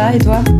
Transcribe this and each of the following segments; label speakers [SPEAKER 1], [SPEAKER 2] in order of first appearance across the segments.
[SPEAKER 1] va et toi?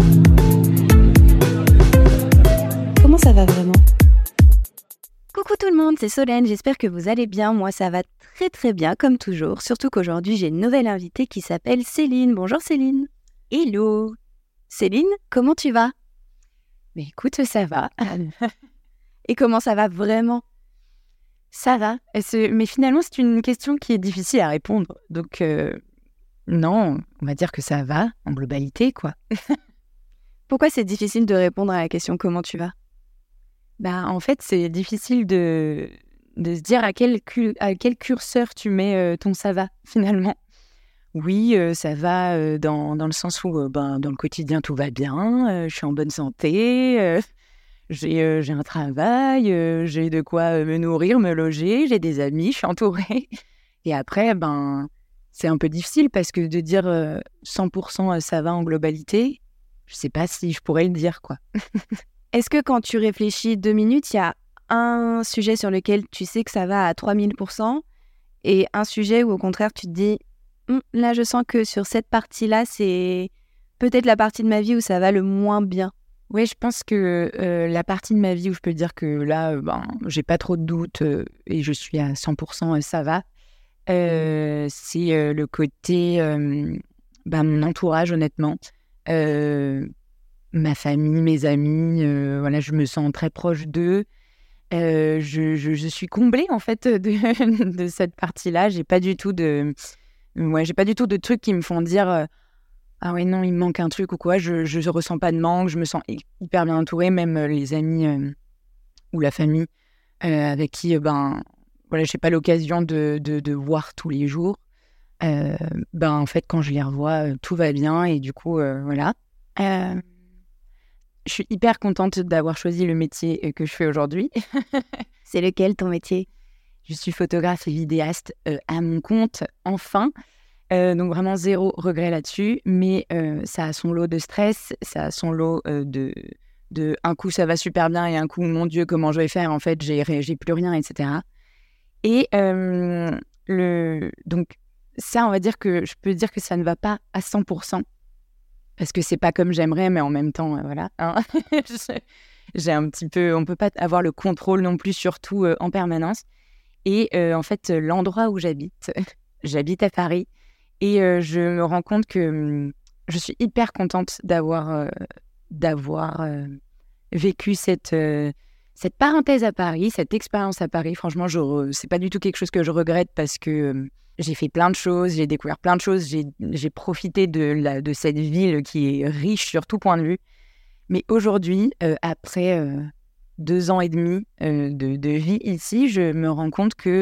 [SPEAKER 1] Comment ça va vraiment?
[SPEAKER 2] Coucou tout le monde, c'est Solène, j'espère que vous allez bien. Moi ça va très très bien comme toujours, surtout qu'aujourd'hui j'ai une nouvelle invitée qui s'appelle Céline. Bonjour Céline.
[SPEAKER 3] Hello.
[SPEAKER 2] Céline, comment tu vas?
[SPEAKER 3] Mais écoute, ça va.
[SPEAKER 2] Et comment ça va vraiment?
[SPEAKER 3] Ça va. Mais finalement, c'est une question qui est difficile à répondre. Donc, non, on va dire que ça va en globalité, quoi.
[SPEAKER 2] Pourquoi c'est difficile de répondre à la question comment tu vas?
[SPEAKER 3] En fait, c'est difficile de se dire à quel curseur tu mets ton ça va, finalement. Oui, ça va dans le sens où, dans le quotidien, tout va bien, je suis en bonne santé, j'ai un travail, j'ai de quoi me nourrir, me loger, j'ai des amis, je suis entourée. Et après, c'est un peu difficile parce que de dire 100% ça va en globalité, je sais pas si je pourrais le dire, quoi.
[SPEAKER 2] Est-ce que quand tu réfléchis 2 minutes, il y a un sujet sur lequel tu sais que ça va à 3000% et un sujet où au contraire tu te dis là je sens que sur cette partie-là, c'est peut-être la partie de ma vie où ça va le moins bien?
[SPEAKER 3] Oui, je pense que la partie de ma vie où je peux dire que là, j'ai pas trop de doutes et je suis à 100% ça va, c'est le côté mon entourage, honnêtement. Ma famille, mes amis, voilà, je me sens très proche d'eux. Je suis comblée, en fait, de cette partie-là. J'ai pas du tout de trucs qui me font dire ah ouais, non, il me manque un truc ou quoi. Je ressens pas de manque, je me sens hyper bien entourée, même les amis ou la famille avec qui, voilà, j'ai pas l'occasion de voir tous les jours. En fait, quand je les revois, tout va bien et du coup, voilà. Je suis hyper contente d'avoir choisi le métier que je fais aujourd'hui.
[SPEAKER 2] C'est lequel ton métier?
[SPEAKER 3] Je suis photographe et vidéaste à mon compte, enfin. Donc vraiment zéro regret là-dessus. Mais ça a son lot de stress, ça a son lot de un coup ça va super bien et un coup, mon Dieu, comment je vais faire? En fait, j'ai plus rien, etc. Et donc ça, on va dire que je peux dire que ça ne va pas à 100%. Parce que c'est pas comme j'aimerais, mais en même temps, voilà. Hein. J'ai un petit peu... On peut pas avoir le contrôle non plus sur tout en permanence. Et en fait, l'endroit où j'habite, j'habite à Paris. Et je me rends compte que je suis hyper contente d'avoir vécu cette parenthèse à Paris, cette expérience à Paris. Franchement, c'est pas du tout quelque chose que je regrette parce que... j'ai fait plein de choses, j'ai découvert plein de choses, j'ai profité de cette ville qui est riche sur tout point de vue. Mais aujourd'hui, après 2 ans et demi de vie ici, je me rends compte que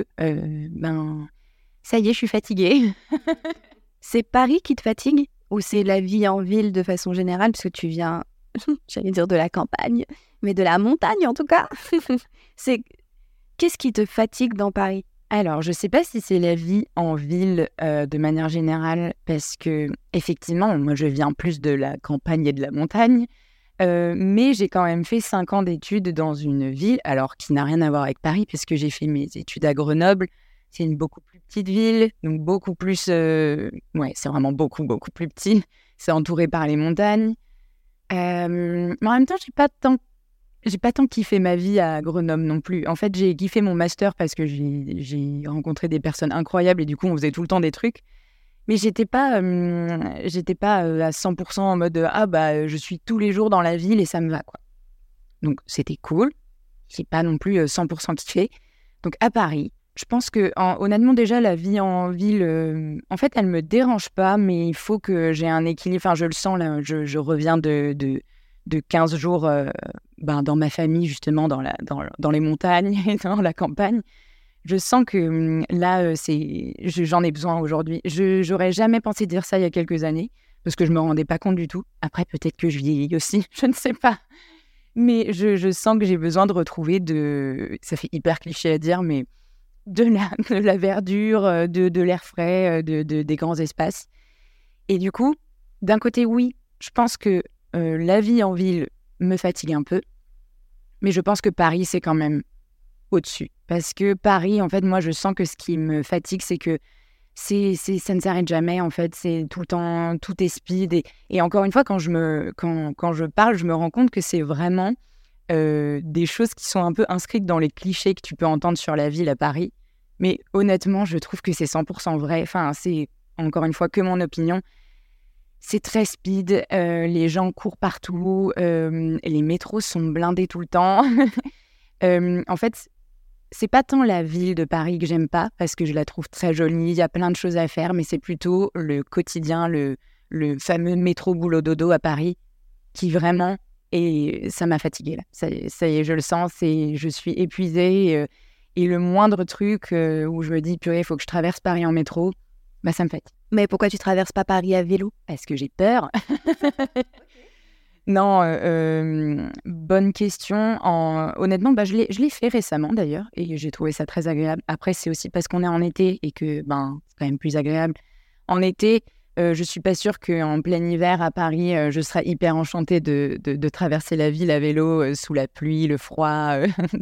[SPEAKER 3] ça y est, je suis fatiguée.
[SPEAKER 2] C'est Paris qui te fatigue ou c'est la vie en ville de façon générale? Parce que tu viens, j'allais dire de la campagne, mais de la montagne en tout cas. Qu'est-ce qui te fatigue dans Paris?
[SPEAKER 3] Alors, je ne sais pas si c'est la vie en ville de manière générale, parce que effectivement, moi, je viens plus de la campagne et de la montagne, mais j'ai quand même fait 5 ans d'études dans une ville, alors qui n'a rien à voir avec Paris, parce que j'ai fait mes études à Grenoble. C'est une beaucoup plus petite ville, donc beaucoup plus... c'est vraiment beaucoup, beaucoup plus petit. C'est entouré par les montagnes. Mais en même temps, j'ai pas tant kiffé ma vie à Grenoble non plus. En fait, j'ai kiffé mon master parce que j'ai rencontré des personnes incroyables et du coup, on faisait tout le temps des trucs. Mais j'étais pas à 100% en mode je suis tous les jours dans la ville et ça me va, quoi. Donc, c'était cool. J'ai pas non plus 100% kiffé. Donc, à Paris, je pense que, honnêtement, déjà, la vie en ville, en fait, elle me dérange pas, mais il faut que j'ai un équilibre. Enfin, je le sens, là, je reviens de 15 jours dans ma famille, justement, dans les montagnes et dans la campagne. Je sens que là, j'en ai besoin aujourd'hui. J'aurais jamais pensé dire ça il y a quelques années, parce que je me rendais pas compte du tout. Après, peut-être que je vieillis aussi, je ne sais pas. Mais je sens que j'ai besoin de retrouver ça fait hyper cliché à dire, mais de la verdure, de l'air frais, des grands espaces. Et du coup, d'un côté, oui, je pense que la vie en ville me fatigue un peu, mais je pense que Paris, c'est quand même au-dessus. Parce que Paris, en fait, moi, je sens que ce qui me fatigue, c'est que ça ne s'arrête jamais, en fait. C'est tout le temps, tout est speed. Et encore une fois, quand je parle, je me rends compte que c'est vraiment des choses qui sont un peu inscrites dans les clichés que tu peux entendre sur la ville à Paris. Mais honnêtement, je trouve que c'est 100% vrai. Enfin, c'est encore une fois que mon opinion. C'est très speed, les gens courent partout, les métros sont blindés tout le temps. En fait, c'est pas tant la ville de Paris que j'aime pas, parce que je la trouve très jolie, il y a plein de choses à faire, mais c'est plutôt le quotidien, le fameux métro boulot dodo à Paris, qui vraiment, et ça m'a fatiguée là. Ça y est, je le sens, je suis épuisée, et le moindre truc où je me dis, purée, il faut que je traverse Paris en métro, bah ça me fatigue.
[SPEAKER 2] Mais pourquoi tu traverses pas Paris à vélo?
[SPEAKER 3] Parce que j'ai peur. Non, bonne question. Honnêtement, je l'ai fait récemment d'ailleurs et j'ai trouvé ça très agréable. Après, c'est aussi parce qu'on est en été et que c'est quand même plus agréable. En été, je suis pas sûre qu'en plein hiver à Paris, je serais hyper enchantée de traverser la ville à vélo sous la pluie, le froid,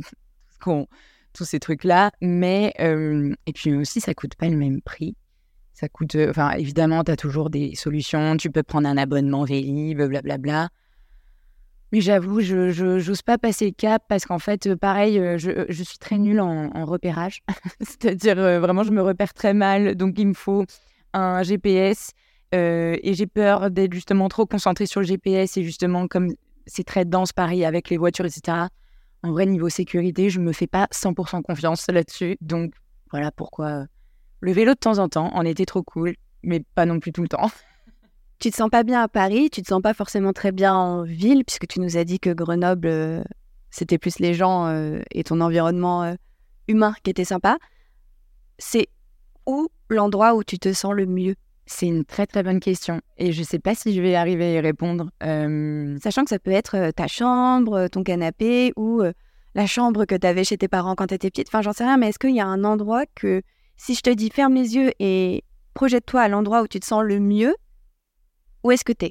[SPEAKER 3] tous ces trucs-là. Mais, et puis aussi, ça coûte pas le même prix. Ça coûte, évidemment, tu as toujours des solutions. Tu peux prendre un abonnement Vélib, blablabla. Mais j'avoue, je n'ose pas passer le cap parce qu'en fait, pareil, je suis très nulle en repérage. C'est-à-dire, vraiment, je me repère très mal. Donc, il me faut un GPS. Et j'ai peur d'être justement trop concentrée sur le GPS. Et justement, comme c'est très dense, Paris, avec les voitures, etc., en vrai, niveau sécurité, je ne me fais pas 100% confiance là-dessus. Donc, voilà pourquoi le vélo de temps en temps, en été, trop cool, mais pas non plus tout le temps.
[SPEAKER 2] Tu te sens pas bien à Paris, tu te sens pas forcément très bien en ville, puisque tu nous as dit que Grenoble, c'était plus les gens et ton environnement humain qui était sympa. C'est où l'endroit où tu te sens le mieux?
[SPEAKER 3] C'est une très très bonne question et je sais pas si je vais arriver à y répondre.
[SPEAKER 2] Sachant que ça peut être ta chambre, ton canapé ou la chambre que tu avais chez tes parents quand tu étais petite. Enfin, j'en sais rien, mais est-ce qu'il y a un endroit que, si je te dis ferme les yeux et projette-toi à l'endroit où tu te sens le mieux, où est-ce que t'es?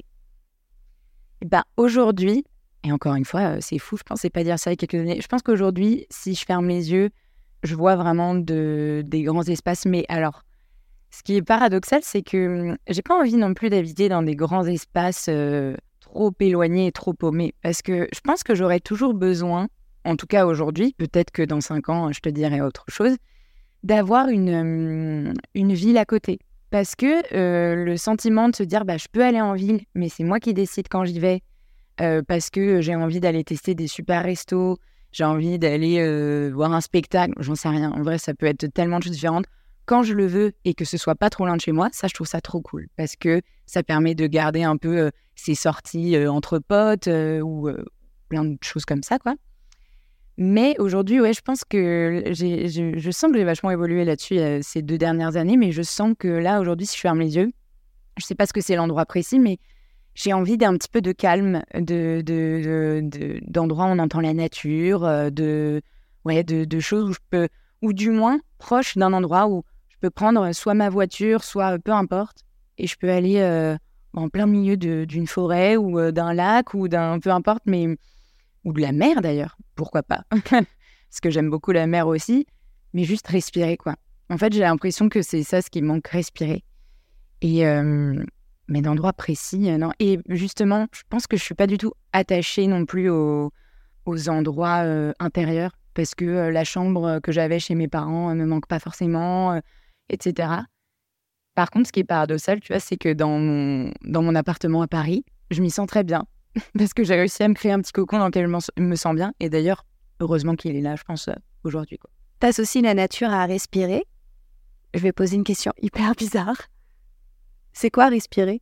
[SPEAKER 3] Aujourd'hui, et encore une fois, c'est fou, je pensais pas dire ça il y a quelques années. Je pense qu'aujourd'hui, si je ferme les yeux, je vois vraiment des grands espaces. Mais alors, ce qui est paradoxal, c'est que j'ai pas envie non plus d'habiter dans des grands espaces trop éloignés et trop paumés. Parce que je pense que j'aurais toujours besoin, en tout cas aujourd'hui, peut-être que dans 5 ans, je te dirai autre chose, d'avoir une ville à côté. Parce que le sentiment de se dire je peux aller en ville, mais c'est moi qui décide quand j'y vais, parce que j'ai envie d'aller tester des super restos, j'ai envie d'aller voir un spectacle, j'en sais rien. En vrai, ça peut être tellement de choses différentes. Quand je le veux et que ce soit pas trop loin de chez moi, ça, je trouve ça trop cool. Parce que ça permet de garder un peu ces sorties entre potes ou plein de choses comme ça, quoi. Mais aujourd'hui, ouais, je pense que je sens que j'ai vachement évolué là-dessus ces 2 dernières années, mais je sens que là, aujourd'hui, si je ferme les yeux, je sais pas ce que c'est l'endroit précis, mais j'ai envie d'un petit peu de calme, d'endroits où on entend la nature, de choses où je peux, ou du moins proche d'un endroit où je peux prendre soit ma voiture, soit peu importe, et je peux aller en plein milieu d'une forêt ou d'un lac ou d'un peu importe, mais ou de la mer d'ailleurs, pourquoi pas. Parce que j'aime beaucoup la mer aussi, mais juste respirer, quoi. En fait, j'ai l'impression que c'est ça ce qui me manque, respirer. Et mais d'endroits précis, non. Et justement, je pense que je suis pas du tout attachée non plus aux endroits intérieurs, parce que la chambre que j'avais chez mes parents me manque pas forcément, etc. Par contre, ce qui est paradoxal, tu vois, c'est que dans mon appartement à Paris, je m'y sens très bien. Parce que j'ai réussi à me créer un petit cocon dans lequel je me sens bien. Et d'ailleurs, heureusement qu'il est là, je pense, aujourd'hui, quoi.
[SPEAKER 2] T'associes la nature à respirer. Je vais poser une question hyper bizarre. C'est quoi respirer?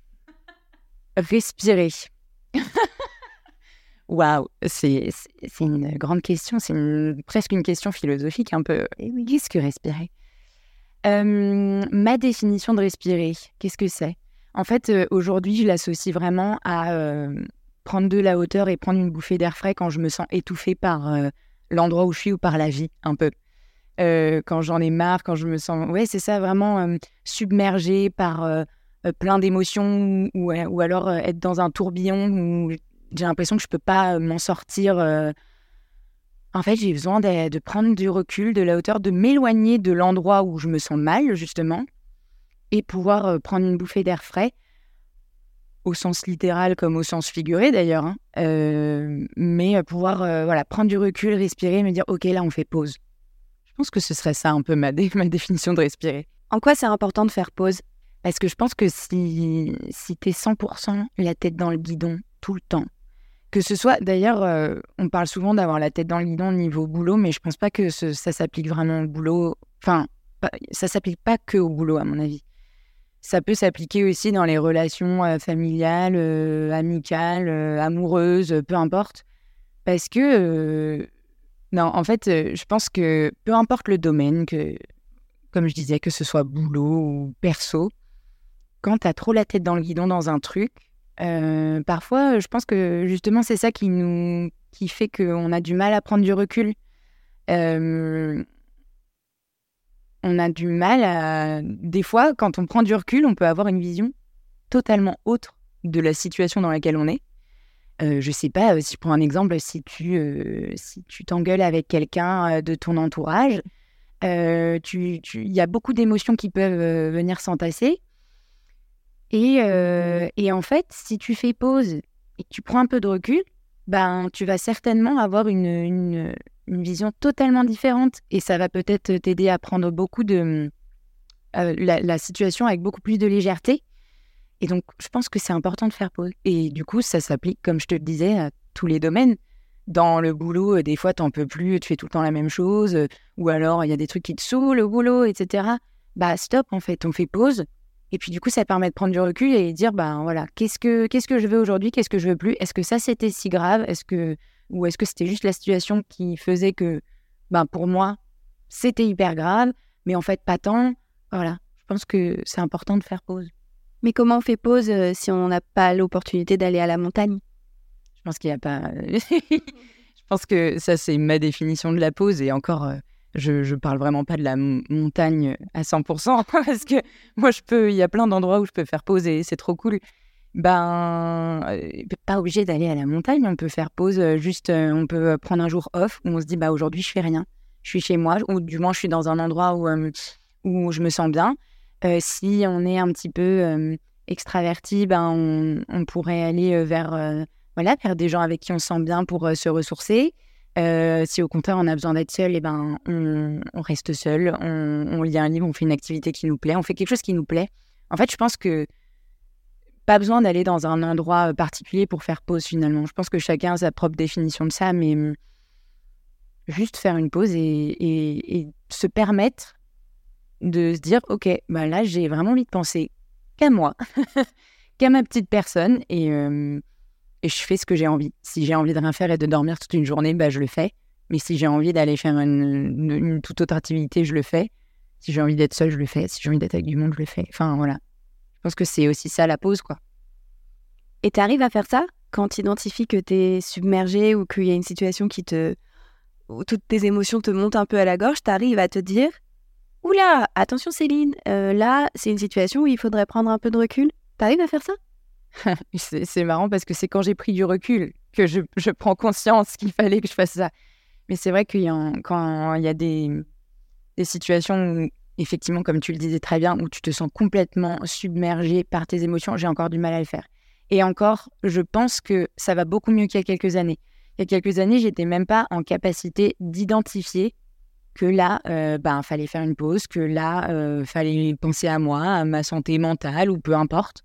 [SPEAKER 3] Respirer. Waouh, c'est une grande question. C'est presque une question philosophique, un peu. Et oui, qu'est-ce que respirer? Ma définition de respirer, qu'est-ce que c'est? En fait, aujourd'hui, je l'associe vraiment à prendre de la hauteur et prendre une bouffée d'air frais quand je me sens étouffée par l'endroit où je suis ou par la vie, un peu. Quand j'en ai marre, quand je me sens... Ouais, c'est ça, vraiment submergée par plein d'émotions ou alors être dans un tourbillon où j'ai l'impression que je peux pas m'en sortir. En fait, j'ai besoin de prendre du recul, de la hauteur, de m'éloigner de l'endroit où je me sens mal, justement, et pouvoir prendre une bouffée d'air frais, au sens littéral comme au sens figuré d'ailleurs, hein. Mais pouvoir prendre du recul, respirer, me dire ok, là on fait pause. Je pense que ce serait ça un peu ma définition de respirer.
[SPEAKER 2] En quoi c'est important de faire pause?
[SPEAKER 3] Parce que je pense que si t'es 100% la tête dans le guidon tout le temps, que ce soit, d'ailleurs, on parle souvent d'avoir la tête dans le guidon niveau boulot, mais je pense pas que ça s'applique vraiment au boulot. Enfin, ça s'applique pas que au boulot, à mon avis. Ça peut s'appliquer aussi dans les relations familiales, amicales, amoureuses, peu importe. Parce que, non, en fait, je pense que peu importe le domaine, comme je disais, que ce soit boulot ou perso, quand t'as trop la tête dans le guidon dans un truc, parfois, je pense que justement, c'est ça qui fait qu'on a du mal à prendre du recul. On a du mal à... Des fois, quand on prend du recul, on peut avoir une vision totalement autre de la situation dans laquelle on est. Je sais pas, si je prends un exemple, si tu t'engueules avec quelqu'un de ton entourage, il y a beaucoup d'émotions qui peuvent venir s'entasser. Et en fait, si tu fais pause et que tu prends un peu de recul, ben, tu vas certainement avoir une vision totalement différente. Et ça va peut-être t'aider à prendre beaucoup la situation avec beaucoup plus de légèreté. Et donc, je pense que c'est important de faire pause. Et du coup, ça s'applique, comme je te le disais, à tous les domaines. Dans le boulot, des fois, t'en peux plus, tu fais tout le temps la même chose. Ou alors, il y a des trucs qui te saoulent au boulot, etc. Bah, stop, en fait, on fait pause. Et puis du coup, ça permet de prendre du recul et dire, ben voilà, qu'est-ce que je veux aujourd'hui, qu'est-ce que je veux plus? Est-ce que ça, c'était si grave? Ou est-ce que c'était juste la situation qui faisait que, ben pour moi, c'était hyper grave, mais en fait, pas tant. Voilà, je pense que c'est important de faire pause.
[SPEAKER 2] Mais comment on fait pause si on n'a pas l'opportunité d'aller à la montagne?
[SPEAKER 3] Je pense qu'il n'y a pas... Je pense que ça, c'est ma définition de la pause et encore... Je parle vraiment pas de la montagne à 100% parce que moi, il y a plein d'endroits où je peux faire pause et c'est trop cool. Ben, pas obligé d'aller à la montagne, on peut faire pause, juste on peut prendre un jour off où on se dit, bah aujourd'hui, je fais rien. Je suis chez moi ou du moins, je suis dans un endroit où je me sens bien. Si on est un petit peu extraverti, ben, on pourrait aller vers des gens avec qui on se sent bien pour se ressourcer. Si au contraire on a besoin d'être seul, et ben on reste seul, on lit un livre, on fait une activité qui nous plaît, on fait quelque chose qui nous plaît. En fait, je pense que pas besoin d'aller dans un endroit particulier pour faire pause finalement. Je pense que chacun a sa propre définition de ça, mais juste faire une pause et se permettre de se dire ok, bah là j'ai vraiment envie de penser qu'à moi, qu'à ma petite personne et je fais ce que j'ai envie. Si j'ai envie de rien faire et de dormir toute une journée, bah, je le fais. Mais si j'ai envie d'aller faire une toute autre activité, je le fais. Si j'ai envie d'être seule, je le fais. Si j'ai envie d'être avec du monde, je le fais. Enfin, voilà. Je pense que c'est aussi ça, la pause, quoi.
[SPEAKER 2] Et tu arrives à faire ça quand tu identifies que tu es submergé ou qu'il y a une situation où toutes tes émotions te montent un peu à la gorge, tu arrives à te dire « Oula, attention Céline, là, c'est une situation où il faudrait prendre un peu de recul. » Tu arrives à faire ça?
[SPEAKER 3] C'est marrant parce que c'est quand j'ai pris du recul que je prends conscience qu'il fallait que je fasse ça. Mais c'est vrai quand il y a des situations où, effectivement, comme tu le disais très bien, où tu te sens complètement submergé par tes émotions, j'ai encore du mal à le faire. Et encore, je pense que ça va beaucoup mieux qu'il y a quelques années. Il y a quelques années, j'étais même pas en capacité d'identifier que là, fallait faire une pause, que là, fallait penser à moi, à ma santé mentale ou peu importe.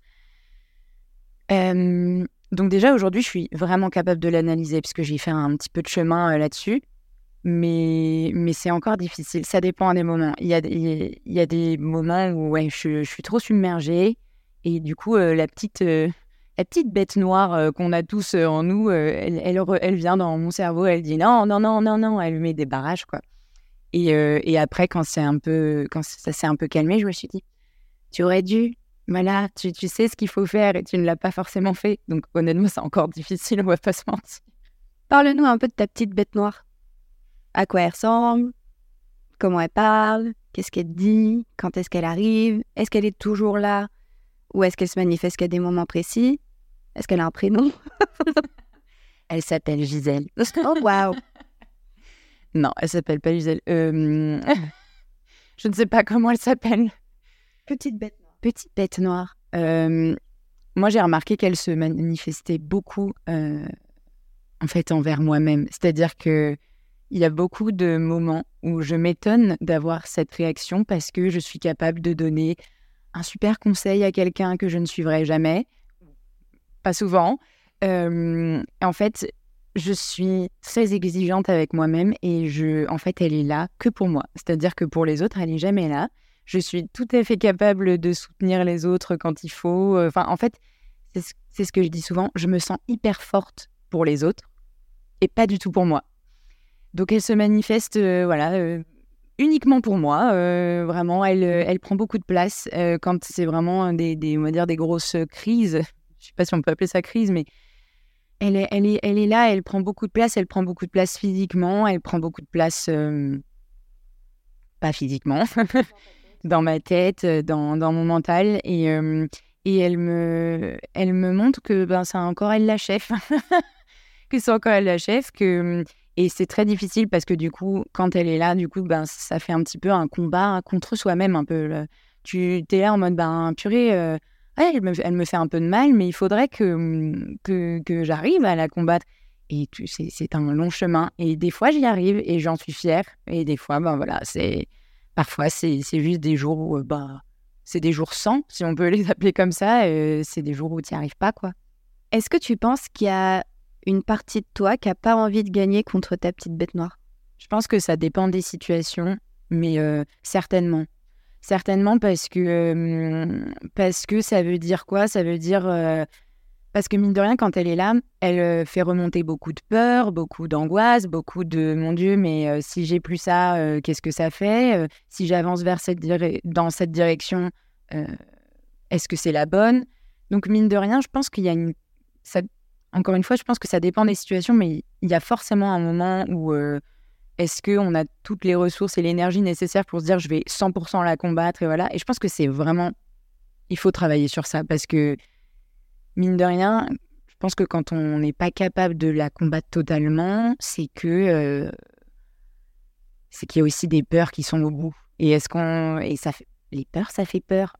[SPEAKER 3] Donc déjà, aujourd'hui, je suis vraiment capable de l'analyser parce que j'ai fait un petit peu de chemin là-dessus. Mais c'est encore difficile. Ça dépend des moments. Il y a des moments où je suis trop submergée et du coup, la petite bête noire qu'on a tous en nous, elle vient dans mon cerveau, elle dit non, non, non, non, non, elle met des barrages, quoi. Et après, quand ça s'est un peu calmé, je me suis dit, tu aurais dû... Voilà, tu sais ce qu'il faut faire et tu ne l'as pas forcément fait. Donc honnêtement, c'est encore difficile, on va pas se mentir.
[SPEAKER 2] Parle-nous un peu de ta petite bête noire. À quoi elle ressemble? Comment elle parle? Qu'est-ce qu'elle dit? Quand est-ce qu'elle arrive? Est-ce qu'elle est toujours là? Ou est-ce qu'elle se manifeste qu'à des moments précis? Est-ce qu'elle a un prénom?
[SPEAKER 3] Elle s'appelle Gisèle.
[SPEAKER 2] Oh, waouh!
[SPEAKER 3] Non, elle s'appelle pas Gisèle. Je ne sais pas comment elle s'appelle.
[SPEAKER 2] Petite bête noire. petite bête noire?
[SPEAKER 3] Moi, j'ai remarqué qu'elle se manifestait beaucoup, en fait, envers moi-même. C'est-à-dire que il y a beaucoup de moments où je m'étonne d'avoir cette réaction parce que je suis capable de donner un super conseil à quelqu'un que je ne suivrai jamais, pas souvent. En fait, je suis très exigeante avec moi-même et en fait, elle est là que pour moi. C'est-à-dire que pour les autres, elle n'est jamais là. Je suis tout à fait capable de soutenir les autres quand il faut. Enfin, en fait, c'est ce que je dis souvent. Je me sens hyper forte pour les autres et pas du tout pour moi. Donc, elle se manifeste, uniquement pour moi. Vraiment, elle prend beaucoup de place quand c'est vraiment on va dire des grosses crises. Je sais pas si on peut appeler ça crise, mais elle est là, elle prend beaucoup de place. Elle prend beaucoup de place physiquement, elle prend beaucoup de place, pas physiquement, dans ma tête, dans mon mental. Et elle me montre que c'est encore elle la chef, que c'est encore elle la chef, et c'est très difficile parce que du coup, quand elle est là, du coup, ça fait un petit peu un combat contre soi-même un peu. Tu es là en mode, purée, ouais, elle me fait un peu de mal, mais il faudrait que j'arrive à la combattre. Et c'est un long chemin. Et des fois, j'y arrive et j'en suis fière. Et des fois, parfois, c'est juste des jours où, c'est des jours sans, si on peut les appeler comme ça. C'est des jours où tu n'y arrives pas, quoi.
[SPEAKER 2] Est-ce que tu penses qu'il y a une partie de toi qui n'a pas envie de gagner contre ta petite bête noire?
[SPEAKER 3] Je pense que ça dépend des situations, mais certainement. Certainement parce que ça veut dire quoi? Ça veut dire... parce que mine de rien, quand elle est là, elle fait remonter beaucoup de peur, beaucoup d'angoisse, beaucoup de « mon Dieu, mais si j'ai plus ça, qu'est-ce que ça fait? Si j'avance dans cette direction, est-ce que c'est la bonne ?» Donc mine de rien, je pense qu'il y a encore une fois, je pense que ça dépend des situations, mais il y a forcément un moment où est-ce qu'on a toutes les ressources et l'énergie nécessaires pour se dire je vais 100% la combattre et voilà. Et je pense que c'est vraiment... Il faut travailler sur ça parce que, mine de rien, je pense que quand on n'est pas capable de la combattre totalement, c'est qu'il y a aussi des peurs qui sont au bout. Et les peurs, ça fait peur.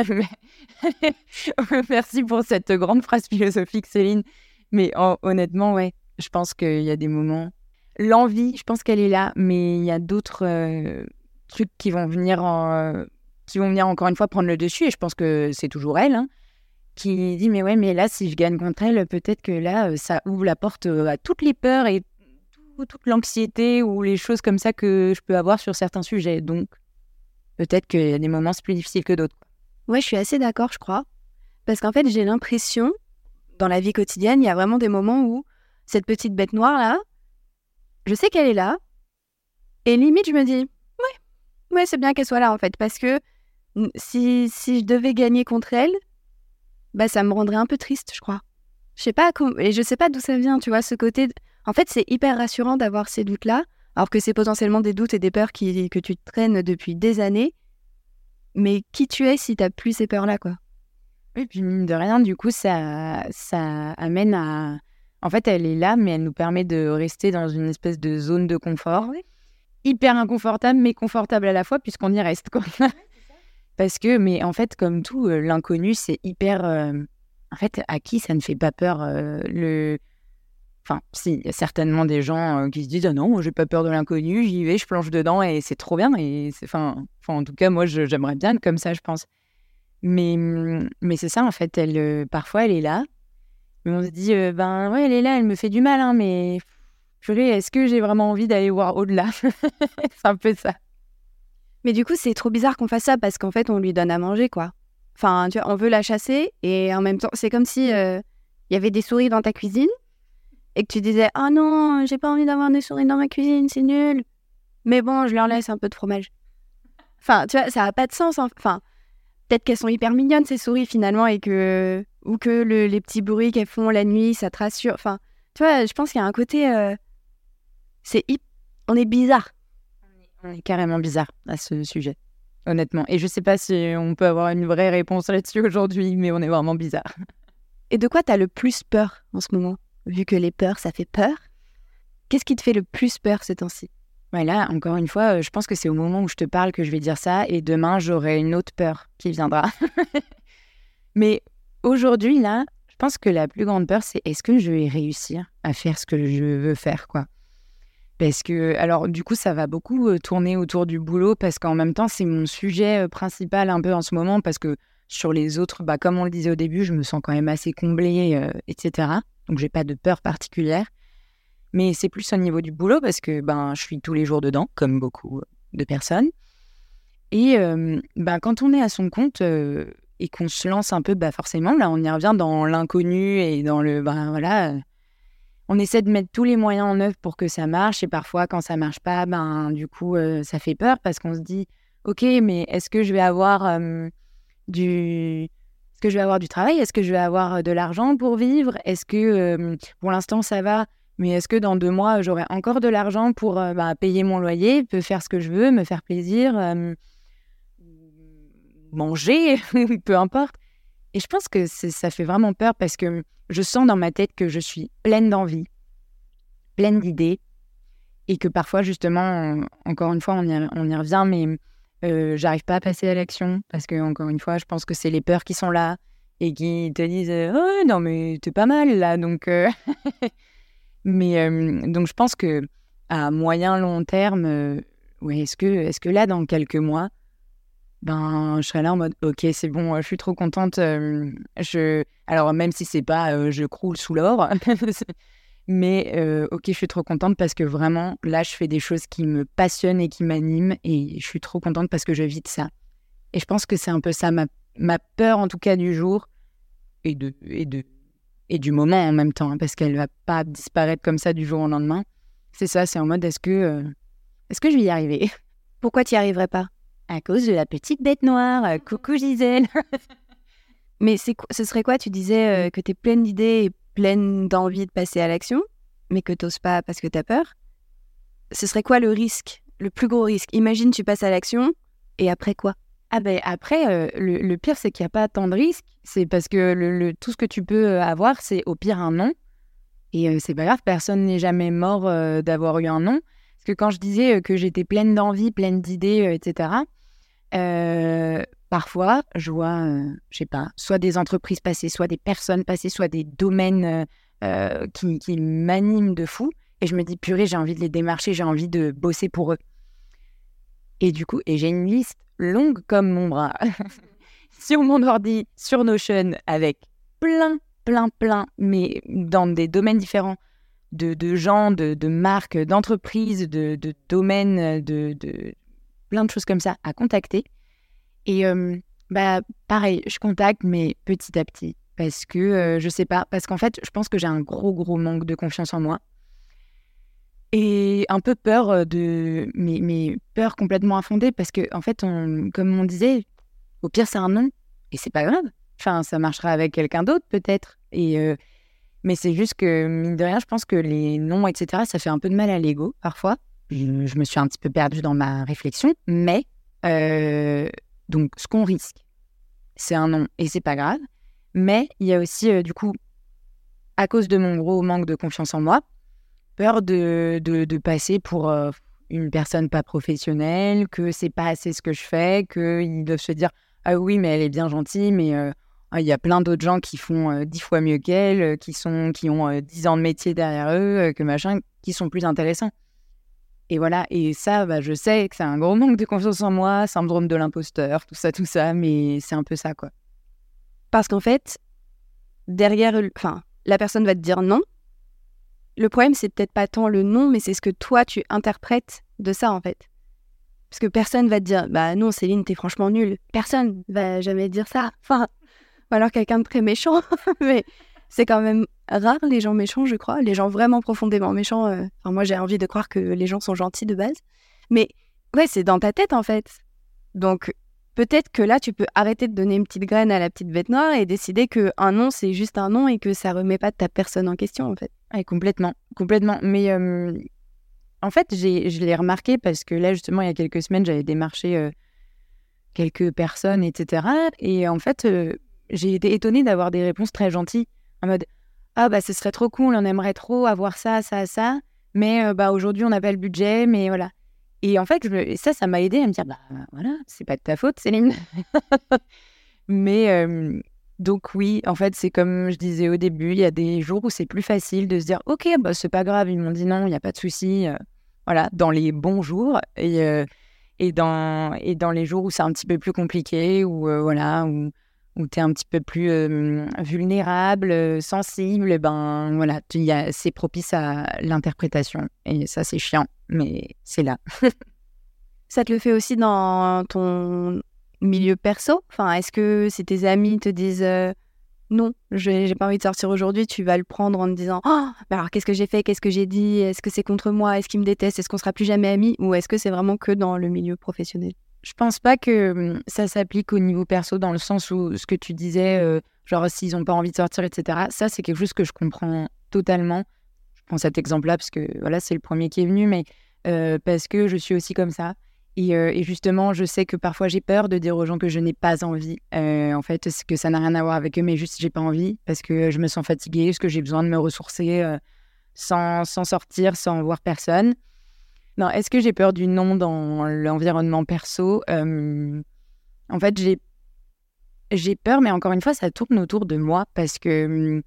[SPEAKER 3] Merci pour cette grande phrase philosophique, Céline. Mais honnêtement, ouais, je pense qu'il y a des moments... L'envie, je pense qu'elle est là, mais il y a d'autres trucs qui vont venir encore une fois prendre le dessus. Et je pense que c'est toujours elle, qui dit « Mais ouais, mais là, si je gagne contre elle, peut-être que là, ça ouvre la porte à toutes les peurs et toute l'anxiété ou les choses comme ça que je peux avoir sur certains sujets. Donc, peut-être qu'il y a des moments, c'est plus difficile que d'autres. »
[SPEAKER 2] Ouais, je suis assez d'accord, je crois. Parce qu'en fait, j'ai l'impression, dans la vie quotidienne, il y a vraiment des moments où cette petite bête noire-là, je sais qu'elle est là, et limite, je me dis, ouais, c'est bien qu'elle soit là, en fait, parce que si je devais gagner contre elle, ça me rendrait un peu triste, je crois. Je sais pas et je sais pas d'où ça vient, tu vois, ce côté... En fait, c'est hyper rassurant d'avoir ces doutes-là, alors que c'est potentiellement des doutes et des peurs que tu traînes depuis des années, mais qui tu es si t'as plus ces peurs-là, quoi.
[SPEAKER 3] Oui, puis mine de rien, du coup, ça amène à... En fait, elle est là, mais elle nous permet de rester dans une espèce de zone de confort. Oui. Hyper inconfortable, mais confortable à la fois, puisqu'on y reste, quoi. Ouais, parce que, mais en fait, comme tout, l'inconnu, c'est hyper... En fait, à qui ça ne fait pas peur Enfin, si, il y a certainement des gens qui se disent « Ah non, moi, j'ai pas peur de l'inconnu, j'y vais, je plonge dedans et c'est trop bien. » Et en tout cas, moi, j'aimerais bien être comme ça, je pense. Mais c'est ça, en fait, parfois, elle est là. Mais on se dit, ouais, elle est là, elle me fait du mal, mais purée, est-ce que j'ai vraiment envie d'aller voir au-delà? C'est un peu ça.
[SPEAKER 2] Mais du coup, c'est trop bizarre qu'on fasse ça parce qu'en fait, on lui donne à manger, quoi. Enfin, tu vois, on veut la chasser et en même temps, c'est comme si il y avait des souris dans ta cuisine et que tu disais, « Ah non, j'ai pas envie d'avoir des souris dans ma cuisine, c'est nul. Mais bon, je leur laisse un peu de fromage. » Enfin, tu vois, ça a pas de sens. Enfin, peut-être qu'elles sont hyper mignonnes, ces souris, finalement, ou que les petits bruits qu'elles font la nuit, ça te rassure. Enfin, tu vois, je pense qu'il y a un côté... on est bizarre.
[SPEAKER 3] On est carrément bizarre à ce sujet, honnêtement. Et je sais pas si on peut avoir une vraie réponse là-dessus aujourd'hui, mais on est vraiment bizarre.
[SPEAKER 2] Et de quoi t'as le plus peur en ce moment? Vu que les peurs, ça fait peur. Qu'est-ce qui te fait le plus peur ces temps-ci?
[SPEAKER 3] Ouais, là, encore une fois, je pense que c'est au moment où je te parle que je vais dire ça et demain, j'aurai une autre peur qui viendra. Mais aujourd'hui, là, je pense que la plus grande peur, c'est est-ce que je vais réussir à faire ce que je veux faire, quoi. Parce que, alors, du coup, ça va beaucoup tourner autour du boulot parce qu'en même temps, c'est mon sujet principal un peu en ce moment parce que sur les autres, comme on le disait au début, je me sens quand même assez comblée, etc. Donc, j'ai pas de peur particulière. Mais c'est plus au niveau du boulot parce que je suis tous les jours dedans, comme beaucoup de personnes. Et quand on est à son compte et qu'on se lance un peu, forcément, là, on y revient dans l'inconnu et dans le... voilà, on essaie de mettre tous les moyens en œuvre pour que ça marche. Et parfois, quand ça marche pas, du coup, ça fait peur parce qu'on se dit, OK, mais est-ce que je vais avoir du... Est-ce que je vais avoir du travail? Est-ce que je vais avoir de l'argent pour vivre? Est-ce que pour l'instant, ça va? Mais est-ce que dans 2 mois, j'aurai encore de l'argent pour payer mon loyer, faire ce que je veux, me faire plaisir, manger, peu importe. Et je pense que ça fait vraiment peur parce que je sens dans ma tête que je suis pleine d'envie, pleine d'idées et que parfois, justement, encore une fois, on y revient, mais j'arrive pas à passer à l'action parce que, encore une fois, je pense que c'est les peurs qui sont là et qui te disent « Oh non, mais t'es pas mal là, donc… Mais donc, je pense que à moyen, long terme, ouais, est-ce que là, dans quelques mois, je serai là en mode, OK, c'est bon, je suis trop contente. Alors, même si c'est pas je croule sous l'or, mais OK, je suis trop contente parce que vraiment, là, je fais des choses qui me passionnent et qui m'animent et je suis trop contente parce que je vis de ça. Et je pense que c'est un peu ça, ma peur, en tout cas, du jour et du moment en même temps, parce qu'elle va pas disparaître comme ça du jour au lendemain. C'est ça, c'est en mode, est-ce que je vais y arriver?
[SPEAKER 2] Pourquoi tu n'y arriverais pas?
[SPEAKER 3] À cause de la petite bête noire. Coucou Gisèle.
[SPEAKER 2] Mais ce serait quoi? Tu disais que tu es pleine d'idées et pleine d'envie de passer à l'action, mais que tu n'oses pas parce que tu as peur. Ce serait quoi le risque, le plus gros risque? Imagine, tu passes à l'action, et après quoi?
[SPEAKER 3] Après, le pire, c'est qu'il n'y a pas tant de risques. C'est parce que tout ce que tu peux avoir, c'est au pire un non. Et c'est pas grave, personne n'est jamais mort d'avoir eu un non. Parce que quand je disais que j'étais pleine d'envie, pleine d'idées, etc., parfois, je vois, je sais pas, soit des entreprises passer, soit des personnes passer, soit des domaines qui m'animent de fou. Et je me dis, purée, j'ai envie de les démarcher, j'ai envie de bosser pour eux. Et du coup, j'ai une liste longue comme mon bras sur mon ordi, sur Notion, avec plein, mais dans des domaines différents, de gens, de marques, d'entreprises, de domaines, de plein de choses comme ça à contacter. Et pareil, je contacte, mais petit à petit, parce que je sais pas, parce qu'en fait, je pense que j'ai un gros manque de confiance en moi. Et un peu peur mais peur complètement infondée parce que en fait, comme on disait, au pire c'est un non et c'est pas grave. Enfin, ça marchera avec quelqu'un d'autre peut-être. Mais c'est juste que mine de rien, je pense que les noms, etc., ça fait un peu de mal à l'ego parfois. Je me suis un petit peu perdue dans ma réflexion, mais donc ce qu'on risque, c'est un non et c'est pas grave. Mais il y a aussi du coup, à cause de mon gros manque de confiance en moi, peur de passer pour une personne pas professionnelle, que c'est pas assez ce que je fais, qu'ils doivent se dire « Ah oui, mais elle est bien gentille, mais il y a plein d'autres gens qui font 10 fois mieux qu'elle, qui ont 10 ans de métier derrière eux, que machin, qui sont plus intéressants. » Et voilà, et ça, je sais que c'est un gros manque de confiance en moi, syndrome de l'imposteur, tout ça, mais c'est un peu ça, quoi.
[SPEAKER 2] Parce qu'en fait, derrière, la personne va te dire non. Le problème, c'est peut-être pas tant le non, mais c'est ce que toi, tu interprètes de ça, en fait. Parce que personne va te dire « Bah non, Céline, t'es franchement nulle. » Personne va jamais dire ça. Enfin, ou alors quelqu'un de très méchant. Mais c'est quand même rare, les gens méchants, je crois. Les gens vraiment profondément méchants. Moi, j'ai envie de croire que les gens sont gentils de base. Mais ouais, c'est dans ta tête, en fait. Donc, peut-être que là, tu peux arrêter de donner une petite graine à la petite bête noire et décider qu'un non, c'est juste un non et que ça remet pas ta personne en question, en fait.
[SPEAKER 3] Ouais, complètement. Mais en fait, je l'ai remarqué parce que là, justement, il y a quelques semaines, j'avais démarché quelques personnes, etc. Et en fait, j'ai été étonnée d'avoir des réponses très gentilles en mode « Ah, ce serait trop cool, on aimerait trop avoir ça, mais aujourd'hui, on n'a pas le budget, mais voilà. » Et en fait, et ça m'a aidée à me dire, bah voilà, c'est pas de ta faute, Céline. Mais donc oui, en fait, c'est comme je disais au début, il y a des jours où c'est plus facile de se dire, ok, bah c'est pas grave, ils m'ont dit non, il n'y a pas de souci. Voilà, dans les bons jours et dans les jours où c'est un petit peu plus compliqué, voilà, où tu es un petit peu plus vulnérable, sensible, ben voilà, c'est propice à l'interprétation. Et ça, c'est chiant, mais c'est là.
[SPEAKER 2] Ça te le fait aussi dans ton milieu perso? Enfin, est-ce que si tes amis te disent non, j'ai pas envie de sortir aujourd'hui, tu vas le prendre en te disant oh, mais alors qu'est-ce que j'ai fait, qu'est-ce que j'ai dit, est-ce que c'est contre moi, est-ce qu'ils me détestent, est-ce qu'on sera plus jamais amis, ou est-ce que c'est vraiment que dans le milieu professionnel?
[SPEAKER 3] Je pense pas que ça s'applique au niveau perso, dans le sens où ce que tu disais, genre s'ils ont pas envie de sortir, etc. Ça, c'est quelque chose que je comprends totalement. Je prends cet exemple-là parce que voilà, c'est le premier qui est venu, mais parce que je suis aussi comme ça. Et justement, je sais que parfois j'ai peur de dire aux gens que je n'ai pas envie. En fait, c'est que ça n'a rien à voir avec eux, mais juste j'ai pas envie parce que je me sens fatiguée, parce que j'ai besoin de me ressourcer sans sortir, sans voir personne. Non, est-ce que j'ai peur du non dans l'environnement perso? En fait, j'ai peur, mais encore une fois, ça tourne autour de moi parce que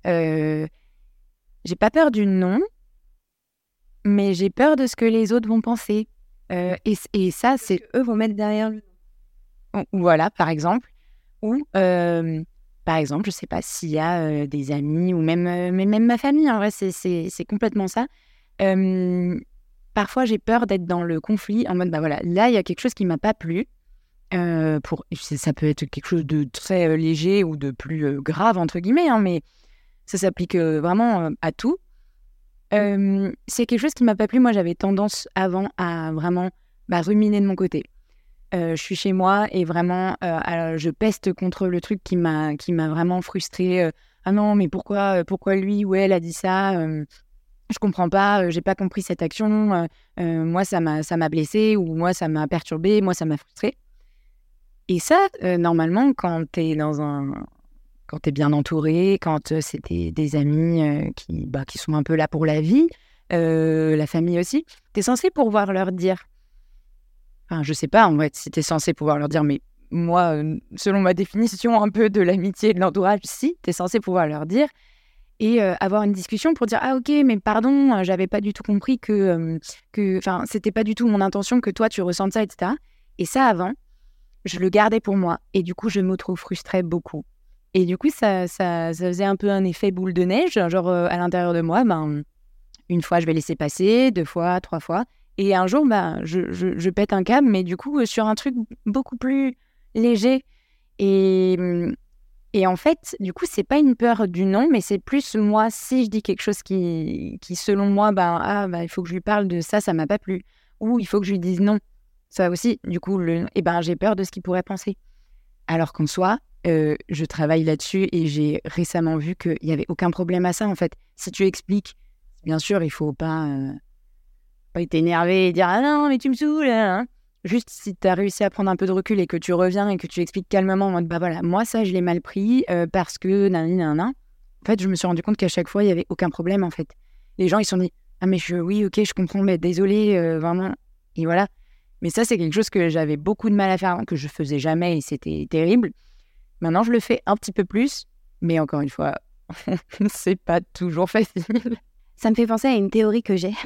[SPEAKER 3] j'ai pas peur du non, mais j'ai peur de ce que les autres vont penser. Et ça, c'est
[SPEAKER 2] eux vont mettre derrière le
[SPEAKER 3] non. Voilà, par exemple. Ou, par exemple, je sais pas s'il y a des amis ou même ma famille, en vrai, c'est complètement ça. Parfois, j'ai peur d'être dans le conflit, en mode, bah voilà, là, il y a quelque chose qui m'a pas plu. Ça peut être quelque chose de très léger ou de plus grave, entre guillemets, hein, mais ça s'applique vraiment à tout. C'est quelque chose qui m'a pas plu. Moi, j'avais tendance avant à vraiment ruminer de mon côté. Je suis chez moi et vraiment, je peste contre le truc qui m'a vraiment frustrée. Ah non, mais pourquoi lui ou elle a dit ça? Je comprends pas, j'ai pas compris cette action. Moi, ça m'a blessée, ou moi, ça m'a perturbée, moi, ça m'a frustrée. Et ça, normalement, quand t'es bien entouré, quand c'est des amis qui sont un peu là pour la vie, la famille aussi, t'es censé pouvoir leur dire. Enfin, je sais pas, en fait, si t'es censé pouvoir leur dire, mais moi, selon ma définition un peu de l'amitié et de l'entourage, si, t'es censé pouvoir leur dire et avoir une discussion pour dire « Ah ok, mais pardon, j'avais pas du tout compris que c'était pas du tout mon intention que toi, tu ressentes ça, etc. » Et ça, avant, je le gardais pour moi. Et du coup, je m'auto-frustrais beaucoup. Et du coup, ça faisait un peu un effet boule de neige, genre à l'intérieur de moi, une fois, je vais laisser passer, 2 fois, 3 fois. Et un jour, je pète un câble, mais du coup, sur un truc beaucoup plus léger. Et en fait, du coup, c'est pas une peur du non, mais c'est plus moi, si je dis quelque chose qui selon moi, il faut que je lui parle de ça, ça m'a pas plu. Ou il faut que je lui dise non. Ça aussi, du coup, j'ai peur de ce qu'il pourrait penser. Alors qu'en soi, je travaille là-dessus et j'ai récemment vu qu'il n'y avait aucun problème à ça, en fait. Si tu expliques, bien sûr, il faut pas être énervé et dire « Ah non, mais tu me saoules hein. !» Juste, si tu as réussi à prendre un peu de recul et que tu reviens et que tu expliques calmement en mode « Bah voilà, moi, ça, je l'ai mal pris parce que nanana. » En fait, je me suis rendu compte qu'à chaque fois, il n'y avait aucun problème, en fait. Les gens, ils se sont dit « Ah mais oui, ok, je comprends, mais désolé, vraiment. » Et voilà. Mais ça, c'est quelque chose que j'avais beaucoup de mal à faire, que je faisais jamais et c'était terrible. Maintenant, je le fais un petit peu plus, mais encore une fois, c'est pas toujours facile.
[SPEAKER 2] Ça me fait penser à une théorie que j'ai.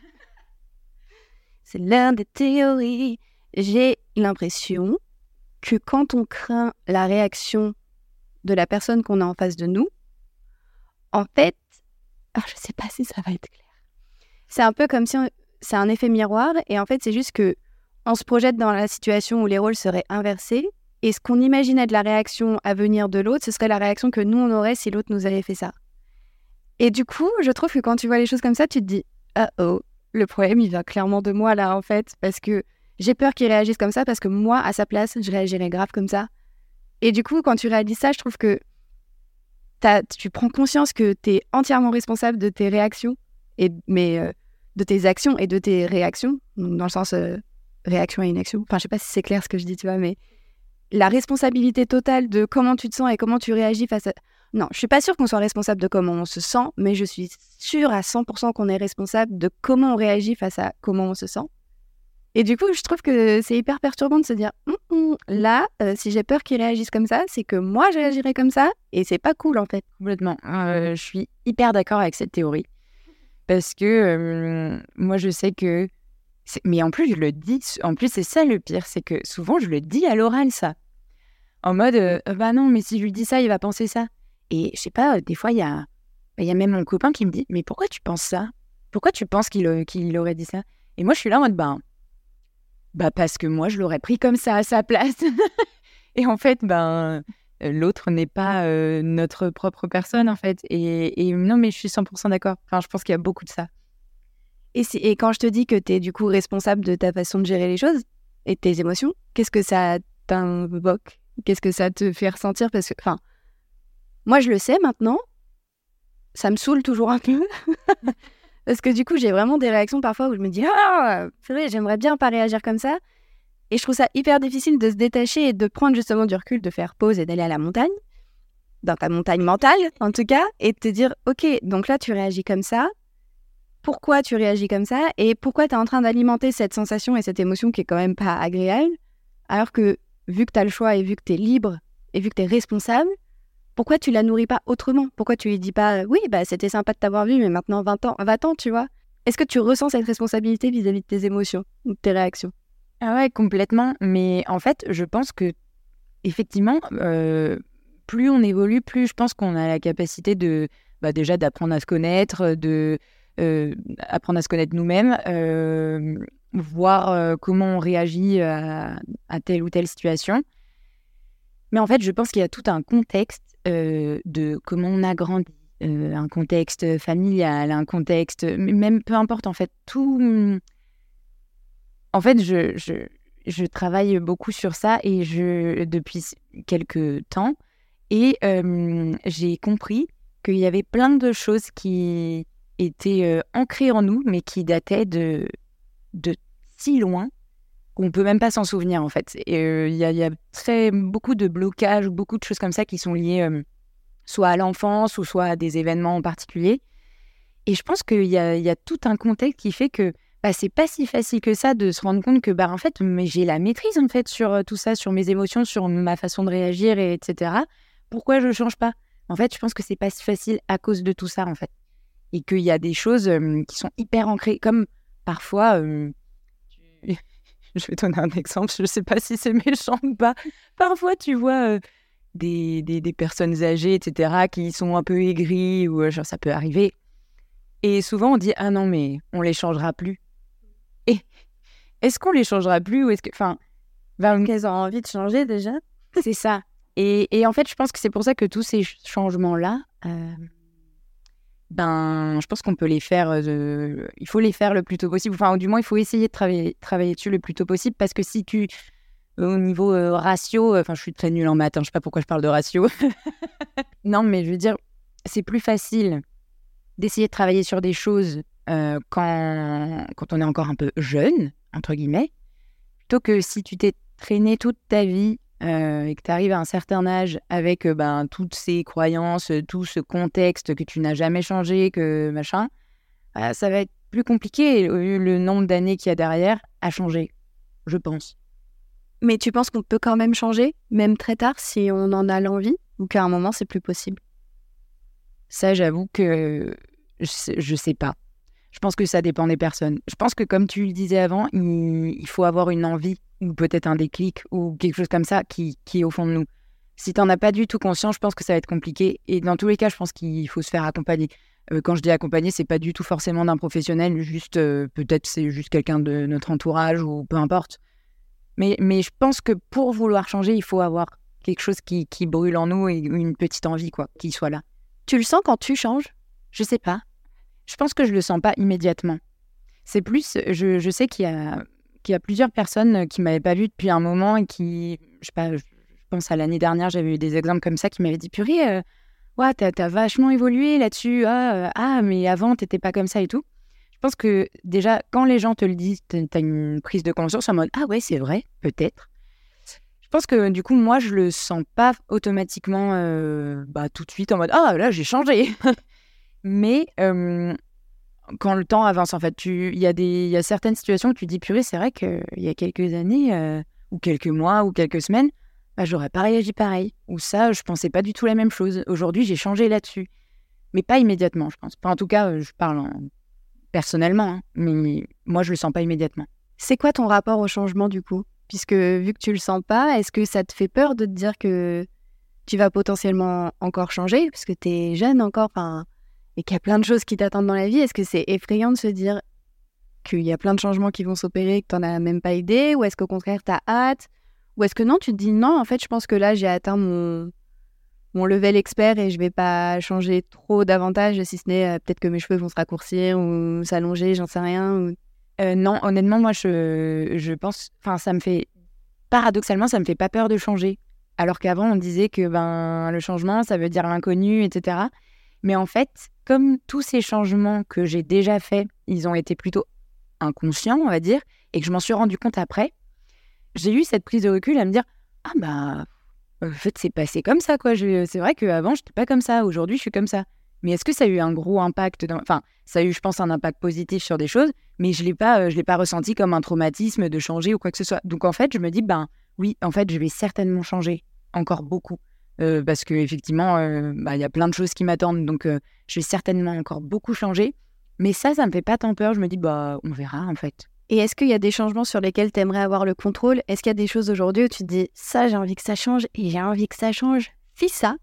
[SPEAKER 2] C'est l'un des théories. J'ai l'impression que quand on craint la réaction de la personne qu'on a en face de nous, en fait, je sais pas si ça va être clair. C'est un peu comme si c'est un effet miroir, et en fait, c'est juste que on se projette dans la situation où les rôles seraient inversés, et ce qu'on imaginait de la réaction à venir de l'autre, ce serait la réaction que nous, on aurait si l'autre nous avait fait ça. Et du coup, je trouve que quand tu vois les choses comme ça, tu te dis « Oh, le problème, il vient clairement de moi, là, en fait, parce que j'ai peur qu'il réagisse comme ça, parce que moi, à sa place, je réagirais grave comme ça. » Et du coup, quand tu réalises ça, je trouve que tu prends conscience que tu es entièrement responsable de tes réactions, de tes actions et de tes réactions, donc dans le sens réaction et inaction. Enfin, je sais pas si c'est clair ce que je dis, tu vois, mais la responsabilité totale de comment tu te sens et comment tu réagis face à... Non, je suis pas sûre qu'on soit responsable de comment on se sent, mais je suis sûre à 100% qu'on est responsable de comment on réagit face à comment on se sent. Et du coup, je trouve que c'est hyper perturbant de se dire là, si j'ai peur qu'ils réagissent comme ça, c'est que moi, je réagirais comme ça et c'est pas cool en fait.
[SPEAKER 3] Complètement. Je suis hyper d'accord avec cette théorie. Parce que moi, je sais que... Mais en plus, je le dis... En plus, c'est ça le pire, c'est que souvent, je le dis à l'oral, ça. En mode, bah non, mais si je lui dis ça, il va penser ça. Et je sais pas, des fois, il y a même mon copain qui me dit, mais pourquoi tu penses ça? Pourquoi tu penses qu'il aurait dit ça? Et moi, je suis là en mode, bah parce que moi, je l'aurais pris comme ça à sa place. Et en fait, l'autre n'est pas notre propre personne, en fait. Et non, mais je suis 100% d'accord. Enfin, je pense qu'il y a beaucoup de ça.
[SPEAKER 2] Et quand je te dis que tu es du coup responsable de ta façon de gérer les choses et de tes émotions, qu'est-ce que ça t'invoque? Qu'est-ce que ça te fait ressentir? Parce que, enfin, moi, je le sais maintenant. Ça me saoule toujours un peu. Parce que du coup, j'ai vraiment des réactions parfois où je me dis « Ah, purée, j'aimerais bien pas réagir comme ça. » Et je trouve ça hyper difficile de se détacher et de prendre justement du recul, de faire pause et d'aller à la montagne, dans ta montagne mentale en tout cas, et de te dire « Ok, donc là, tu réagis comme ça. Pourquoi tu réagis comme ça? Et pourquoi tu es en train d'alimenter cette sensation et cette émotion qui est quand même pas agréable? Alors que vu que tu as le choix et vu que tu es libre et vu que tu es responsable, pourquoi tu la nourris pas autrement? Pourquoi tu lui dis pas oui, c'était sympa de t'avoir vu, mais maintenant 20 ans, tu vois? Est-ce que tu ressens cette responsabilité vis-à-vis de tes émotions ou de tes réactions?
[SPEAKER 3] Ah ouais, complètement. Mais en fait, je pense que, effectivement, plus on évolue, plus je pense qu'on a la capacité de, déjà d'apprendre à se connaître, apprendre à se connaître nous-mêmes, voir comment on réagit à telle ou telle situation. Mais en fait, je pense qu'il y a tout un contexte de comment on a grandi, un contexte familial, un contexte, même peu importe en fait, tout. En fait, je travaille beaucoup sur ça et depuis quelques temps et j'ai compris qu'il y avait plein de choses qui étaient ancrées en nous, mais qui dataient de si loin qu'on peut même pas s'en souvenir en fait. Et il y a beaucoup de blocages, beaucoup de choses comme ça qui sont liées soit à l'enfance ou soit à des événements en particulier. Et je pense qu'il y a tout un contexte qui fait que c'est pas si facile que ça de se rendre compte que en fait, mais j'ai la maîtrise en fait sur tout ça, sur mes émotions, sur ma façon de réagir, etc. Pourquoi je change pas? En fait, je pense que c'est pas si facile à cause de tout ça en fait. Et qu'il y a des choses qui sont hyper ancrées, comme parfois... Je vais donner un exemple, je ne sais pas si c'est méchant ou pas. Parfois, tu vois des personnes âgées, etc., qui sont un peu aigries, ou genre ça peut arriver. Et souvent, on dit « Ah non, mais on ne les changera plus. » Et est-ce qu'on les changera plus ou est-ce que... Enfin,
[SPEAKER 2] qu'elles ont envie de changer déjà.
[SPEAKER 3] C'est ça. Et en fait, je pense que c'est pour ça que tous ces changements-là, je pense qu'on peut les faire, il faut les faire le plus tôt possible. Enfin, du moins, il faut essayer de travailler dessus le plus tôt possible parce que si tu, au niveau ratio, je suis très nulle en maths, je sais pas pourquoi je parle de ratio. Non, mais je veux dire, c'est plus facile d'essayer de travailler sur des choses quand on est encore un peu jeune, entre guillemets, plutôt que si tu t'es traîné toute ta vie et que tu arrives à un certain âge avec toutes ces croyances, tout ce contexte que tu n'as jamais changé, que machin, ça va être plus compliqué. Le nombre d'années qu'il y a derrière a changé, je pense.
[SPEAKER 2] Mais tu penses qu'on peut quand même changer, même très tard, si on en a l'envie, ou qu'à un moment, c'est plus possible?
[SPEAKER 3] Ça, j'avoue que je sais pas. Je pense que ça dépend des personnes. Je pense que, comme tu le disais avant, il faut avoir une envie ou peut-être un déclic ou quelque chose comme ça qui est au fond de nous. Si tu n'en as pas du tout conscience, je pense que ça va être compliqué. Et dans tous les cas, je pense qu'il faut se faire accompagner. Quand je dis accompagner, c'est pas du tout forcément d'un professionnel, juste peut-être c'est juste quelqu'un de notre entourage ou peu importe. Mais je pense que pour vouloir changer, il faut avoir quelque chose qui brûle en nous et une petite envie qui soit là.
[SPEAKER 2] Tu le sens quand tu changes?
[SPEAKER 3] Je sais pas. Je pense que je le sens pas immédiatement. C'est plus, je sais qu'il y a plusieurs personnes qui m'avaient pas vu depuis un moment et qui, je sais pas, je pense à l'année dernière, j'avais eu des exemples comme ça qui m'avaient dit purée, ouais, t'as vachement évolué là-dessus, mais avant t'étais pas comme ça et tout. Je pense que déjà quand les gens te le disent, t'as une prise de conscience en mode ah ouais c'est vrai, peut-être. Je pense que du coup moi je le sens pas automatiquement tout de suite en mode ah là j'ai changé. Mais quand le temps avance, en fait. Il y a certaines situations où tu te dis, purée, c'est vrai qu'il y a quelques années, ou quelques mois, ou quelques semaines, j'aurais pas réagi pareil. Ou ça, je pensais pas du tout la même chose. Aujourd'hui, j'ai changé là-dessus. Mais pas immédiatement, je pense. Enfin, en tout cas, je parle personnellement, hein, mais moi, je le sens pas immédiatement.
[SPEAKER 2] C'est quoi ton rapport au changement du coup? Puisque vu que tu le sens pas, est-ce que ça te fait peur de te dire que tu vas potentiellement encore changer? Parce que tu es jeune encore, et qu'il y a plein de choses qui t'attendent dans la vie. Est-ce que c'est effrayant de se dire qu'il y a plein de changements qui vont s'opérer, que tu n'en as même pas idée? Ou est-ce qu'au contraire, tu as hâte? Ou est-ce que non, tu te dis non, en fait, je pense que là, j'ai atteint mon level expert et je vais pas changer trop davantage, si ce n'est peut-être que mes cheveux vont se raccourcir ou s'allonger, j'en sais rien.
[SPEAKER 3] Non, honnêtement, moi, je pense... Enfin, paradoxalement, ça me fait pas peur de changer. Alors qu'avant, on disait que le changement, ça veut dire l'inconnu, etc. Mais en fait, comme tous ces changements que j'ai déjà faits, ils ont été plutôt inconscients, on va dire, et que je m'en suis rendu compte après, j'ai eu cette prise de recul à me dire « Ah en fait, c'est passé comme ça, quoi. C'est vrai qu'avant, je n'étais pas comme ça. Aujourd'hui, je suis comme ça. » Mais est-ce que ça a eu un gros impact Enfin, ça a eu, je pense, un impact positif sur des choses, mais je l'ai pas ressenti comme un traumatisme de changer ou quoi que ce soit. Donc, en fait, je me dis, oui, en fait, je vais certainement changer encore beaucoup. Parce qu'effectivement, y a plein de choses qui m'attendent. Donc, je vais certainement encore beaucoup changer. Mais ça me fait pas tant peur. Je me dis, on verra, en fait.
[SPEAKER 2] Et est-ce qu'il y a des changements sur lesquels tu aimerais avoir le contrôle? Est-ce qu'il y a des choses aujourd'hui où tu te dis, ça, j'ai envie que ça change et j'ai envie que ça change? Si ça.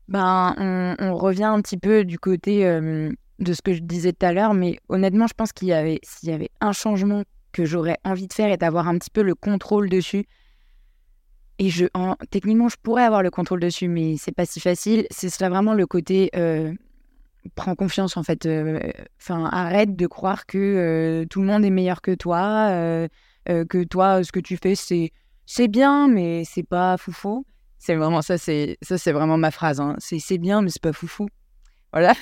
[SPEAKER 3] On revient un petit peu du côté de ce que je disais tout à l'heure, mais honnêtement, je pense s'il y avait un changement que j'aurais envie de faire et d'avoir un petit peu le contrôle dessus, et techniquement, je pourrais avoir le contrôle dessus, mais c'est pas si facile, ce serait vraiment le côté prends confiance, en fait. Arrête de croire que tout le monde est meilleur que toi, que toi, ce que tu fais, c'est bien, mais c'est pas foufou. C'est vraiment ça, c'est vraiment ma phrase. Hein. C'est bien, mais c'est pas foufou. Voilà.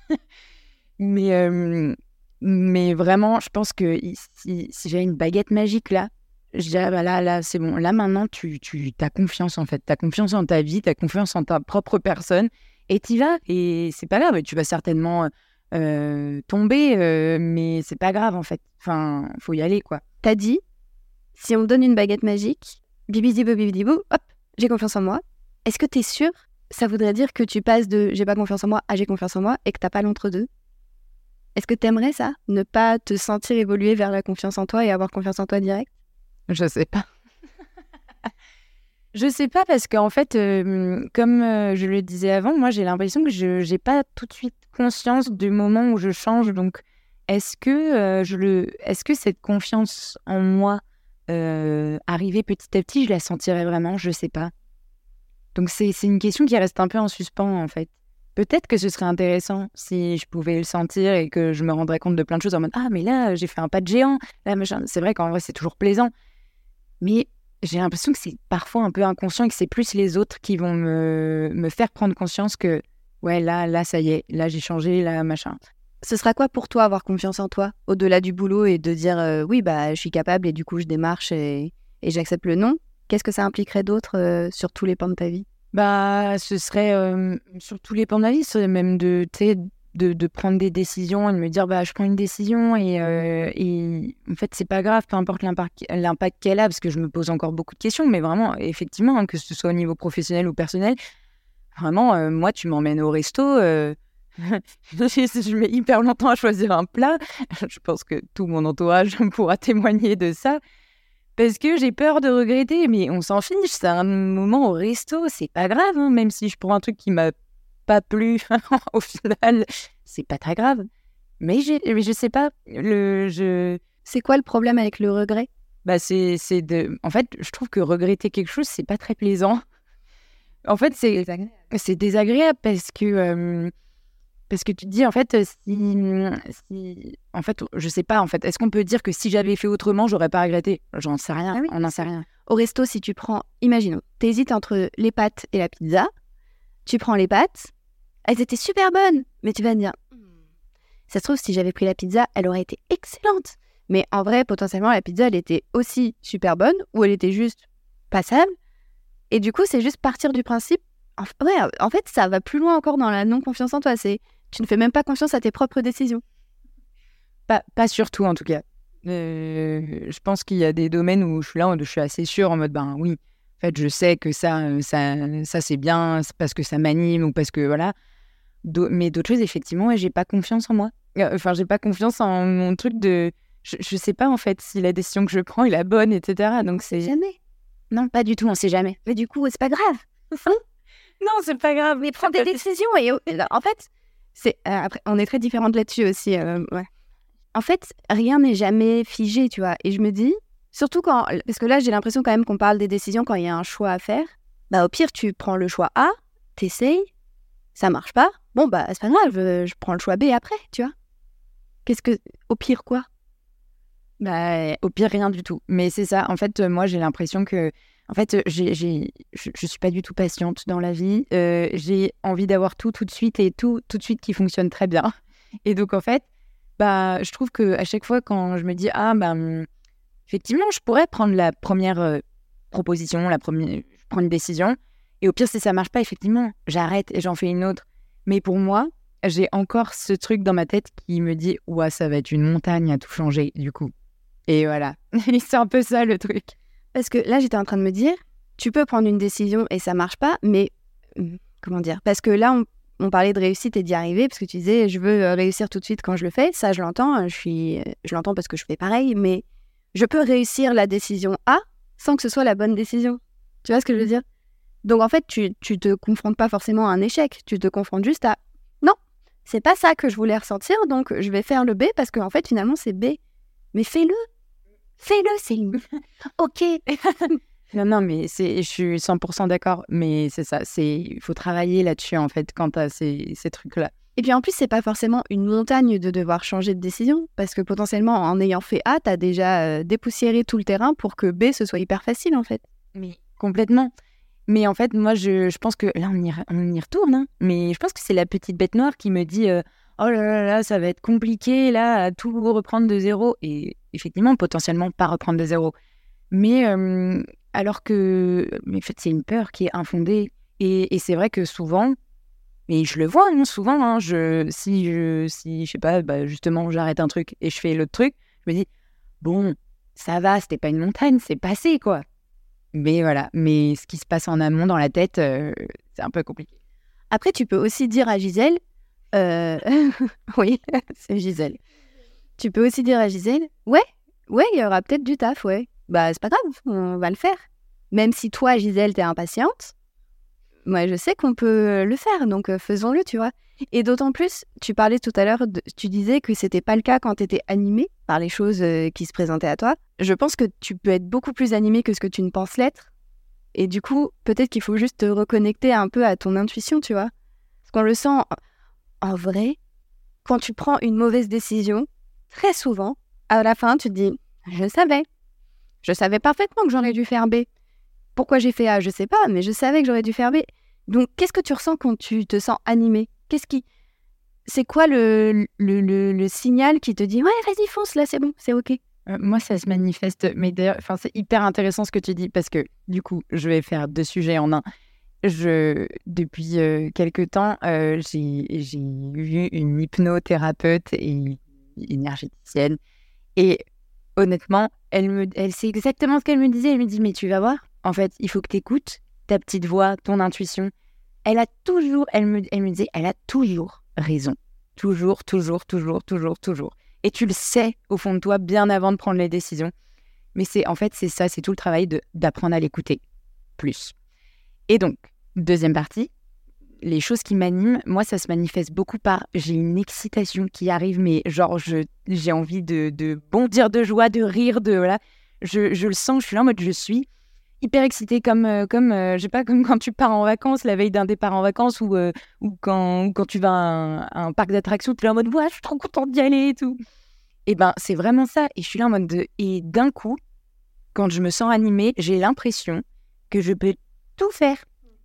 [SPEAKER 3] mais vraiment, je pense que si j'avais une baguette magique là, je dirais là, c'est bon. Là maintenant, tu as confiance en fait. Tu as confiance en ta vie, tu as confiance en ta propre personne. Et t'y vas. Et c'est pas grave. Tu vas certainement tomber, mais c'est pas grave en fait. Enfin, faut y aller quoi.
[SPEAKER 2] T'as dit, si on me donne une baguette magique, bibidi-bou, hop, j'ai confiance en moi. Est-ce que t'es sûr? Ça voudrait dire que tu passes de j'ai pas confiance en moi à j'ai confiance en moi et que t'as pas l'entre-deux? Est-ce que t'aimerais ça? Ne pas te sentir évoluer vers la confiance en toi et avoir confiance en toi direct?
[SPEAKER 3] Je sais pas. Je sais pas parce qu'en fait, comme je le disais avant, moi j'ai l'impression que je n'ai pas tout de suite conscience du moment où je change. Donc, est-ce que cette confiance en moi arriver petit à petit, je la sentirais vraiment? Je sais pas. Donc c'est une question qui reste un peu en suspens en fait. Peut-être que ce serait intéressant si je pouvais le sentir et que je me rendrais compte de plein de choses en mode ah mais là j'ai fait un pas de géant, là machin. C'est vrai qu'en vrai c'est toujours plaisant, mais j'ai l'impression que c'est parfois un peu inconscient et que c'est plus les autres qui vont me faire prendre conscience que ouais là ça y est, là j'ai changé, là machin.
[SPEAKER 2] Ce sera quoi pour toi avoir confiance en toi au-delà du boulot et de dire oui je suis capable et du coup je démarche et j'accepte le non? Qu'est-ce que ça impliquerait d'autre sur tous les pans de ta vie?
[SPEAKER 3] Ce serait sur tous les pans de ma vie, ce serait même de prendre des décisions et de me dire je prends une décision et en fait c'est pas grave, peu importe l'impact qu'elle a, parce que je me pose encore beaucoup de questions, mais vraiment effectivement que ce soit au niveau professionnel ou personnel, vraiment moi tu m'emmènes au resto, je mets hyper longtemps à choisir un plat, je pense que tout mon entourage pourra témoigner de ça. Parce que j'ai peur de regretter, mais on s'en fiche, c'est un moment au resto, c'est pas grave, hein, même si je prends un truc qui m'a pas plu, au final, c'est pas très grave. Mais je sais pas,
[SPEAKER 2] C'est quoi le problème avec le regret?
[SPEAKER 3] En fait, je trouve que regretter quelque chose, c'est pas très plaisant. En fait, c'est désagréable parce que tu te dis, en fait, en fait, je sais pas, en fait, est-ce qu'on peut dire que si j'avais fait autrement, j'aurais pas regretté? J'en sais rien, on n'en sait rien.
[SPEAKER 2] Au resto, si tu prends, imaginons, t'hésites entre les pâtes et la pizza, tu prends les pâtes, elles étaient super bonnes, mais tu vas te dire, ça se trouve, si j'avais pris la pizza, elle aurait été excellente. Mais en vrai, potentiellement, la pizza, elle était aussi super bonne, ou elle était juste passable. Et du coup, c'est juste partir du principe, en fait, ça va plus loin encore dans la non-confiance en toi, tu ne fais même pas confiance à tes propres décisions.
[SPEAKER 3] Pas surtout, en tout cas. Je pense qu'il y a des domaines où je suis assez sûre, en mode, ben oui, en fait, je sais que ça c'est bien, c'est parce que ça m'anime ou parce que, voilà. Mais d'autres choses, effectivement, ouais, j'ai pas confiance en moi. Enfin, j'ai pas confiance en mon truc de... Je sais pas, en fait, si la décision que je prends est la bonne, etc. Donc, c'est...
[SPEAKER 2] Jamais.
[SPEAKER 3] Non, pas du tout, on sait jamais.
[SPEAKER 2] Mais du coup, c'est pas grave.
[SPEAKER 3] Non, c'est pas grave.
[SPEAKER 2] Mais prends des décisions. Et en fait, après, on est très différentes là-dessus aussi. Ouais. En fait, rien n'est jamais figé, tu vois. Et je me dis, surtout quand... Parce que là, j'ai l'impression quand même qu'on parle des décisions quand il y a un choix à faire. Bah, au pire, tu prends le choix A, t'essayes, ça marche pas. Bon, bah, c'est pas grave, je prends le choix B après, tu vois. Au pire, quoi?
[SPEAKER 3] Bah, au pire, rien du tout. Mais c'est ça. En fait, moi, j'ai l'impression que... En fait, je suis pas du tout patiente dans la vie. J'ai envie d'avoir tout de suite et tout de suite qui fonctionne très bien. Et donc, en fait, bah, je trouve qu'à chaque fois, quand je me dis, effectivement, je pourrais prendre la première proposition, je prends une décision. Et au pire, si ça marche pas, effectivement, j'arrête et j'en fais une autre. Mais pour moi, j'ai encore ce truc dans ma tête qui me dit, ouais, ça va être une montagne à tout changer, du coup. Et voilà. C'est un peu ça, le truc.
[SPEAKER 2] Parce que là, j'étais en train de me dire, tu peux prendre une décision et ça marche pas, mais comment dire? Parce que là, on parlait de réussite et d'y arriver, parce que tu disais, je veux réussir tout de suite quand je le fais. Ça, je l'entends. Je l'entends parce que je fais pareil, mais je peux réussir la décision A sans que ce soit la bonne décision. Tu vois ce que je veux dire? Donc, en fait, tu te confrontes pas forcément à un échec. Tu te confrontes juste à, non, c'est pas ça que je voulais ressentir, donc je vais faire le B parce qu'en fait, finalement, c'est B. Mais fais-le, Céline. Ok.
[SPEAKER 3] Non, mais je suis 100% d'accord. Mais c'est ça, il faut travailler là-dessus, en fait, quand t'as ces trucs-là.
[SPEAKER 2] Et puis en plus, c'est pas forcément une montagne de devoir changer de décision, parce que potentiellement, en ayant fait A, t'as déjà dépoussiéré tout le terrain pour que B, ce soit hyper facile, en fait.
[SPEAKER 3] Mais complètement. Mais en fait, moi, je pense que... Là, on y retourne, hein. Mais je pense que c'est la petite bête noire qui me dit oh là, ça va être compliqué, là, à tout reprendre de zéro. Et effectivement, potentiellement, pas reprendre de zéro. Mais alors que... Mais en fait, c'est une peur qui est infondée. Et c'est vrai que souvent... Et je le vois, hein, souvent, hein, si je sais pas, bah, justement, j'arrête un truc et je fais l'autre truc, je me dis, bon, ça va, c'était pas une montagne, c'est passé, quoi. Mais voilà, mais ce qui se passe en amont dans la tête, c'est un peu compliqué.
[SPEAKER 2] Après, tu peux aussi dire à Gisèle, oui, c'est Gisèle. Tu peux aussi dire à Gisèle, ouais, il y aura peut-être du taf, ouais. Bah, c'est pas grave, on va le faire. Même si toi, Gisèle, t'es impatiente, moi, je sais qu'on peut le faire, donc faisons-le, tu vois. Et d'autant plus, tu parlais tout à l'heure, tu disais que c'était pas le cas quand t'étais animée par les choses qui se présentaient à toi. Je pense que tu peux être beaucoup plus animée que ce que tu ne penses l'être. Et du coup, peut-être qu'il faut juste te reconnecter un peu à ton intuition, tu vois. Parce qu'on le sent, en vrai, quand tu prends une mauvaise décision, très souvent, à la fin, tu te dis, je savais parfaitement que j'aurais dû faire B. Pourquoi j'ai fait A, je sais pas, mais je savais que j'aurais dû faire B. Donc, qu'est-ce que tu ressens quand tu te sens animé? C'est quoi le signal qui te dit ouais, vas-y, fonce, là, c'est bon, c'est ok?
[SPEAKER 3] Moi, ça se manifeste, mais d'ailleurs, c'est hyper intéressant ce que tu dis, parce que du coup, je vais faire 2 sujets en un. Depuis quelques temps, j'ai vu une hypnothérapeute et énergéticienne, et honnêtement, elle sait exactement ce qu'elle me disait. Elle me dit, mais tu vas voir, en fait, il faut que tu écoutes ta petite voix, ton intuition. Elle me disait, elle a toujours raison. Toujours. Et tu le sais au fond de toi bien avant de prendre les décisions. Mais c'est ça, c'est tout le travail d'apprendre à l'écouter plus. Et donc, deuxième partie, les choses qui m'animent, moi, ça se manifeste beaucoup par... J'ai une excitation qui arrive, mais genre, j'ai envie de bondir de joie, de rire, voilà. Je le sens, je suis là en mode, je suis hyper excitée, je sais pas, comme quand tu pars en vacances, la veille d'un départ en vacances, ou quand tu vas à un parc d'attractions, tu es là en mode, ouais, je suis trop contente d'y aller et tout. Et ben, c'est vraiment ça. Et je suis là en mode Et d'un coup, quand je me sens animée, j'ai l'impression que je peux tout faire.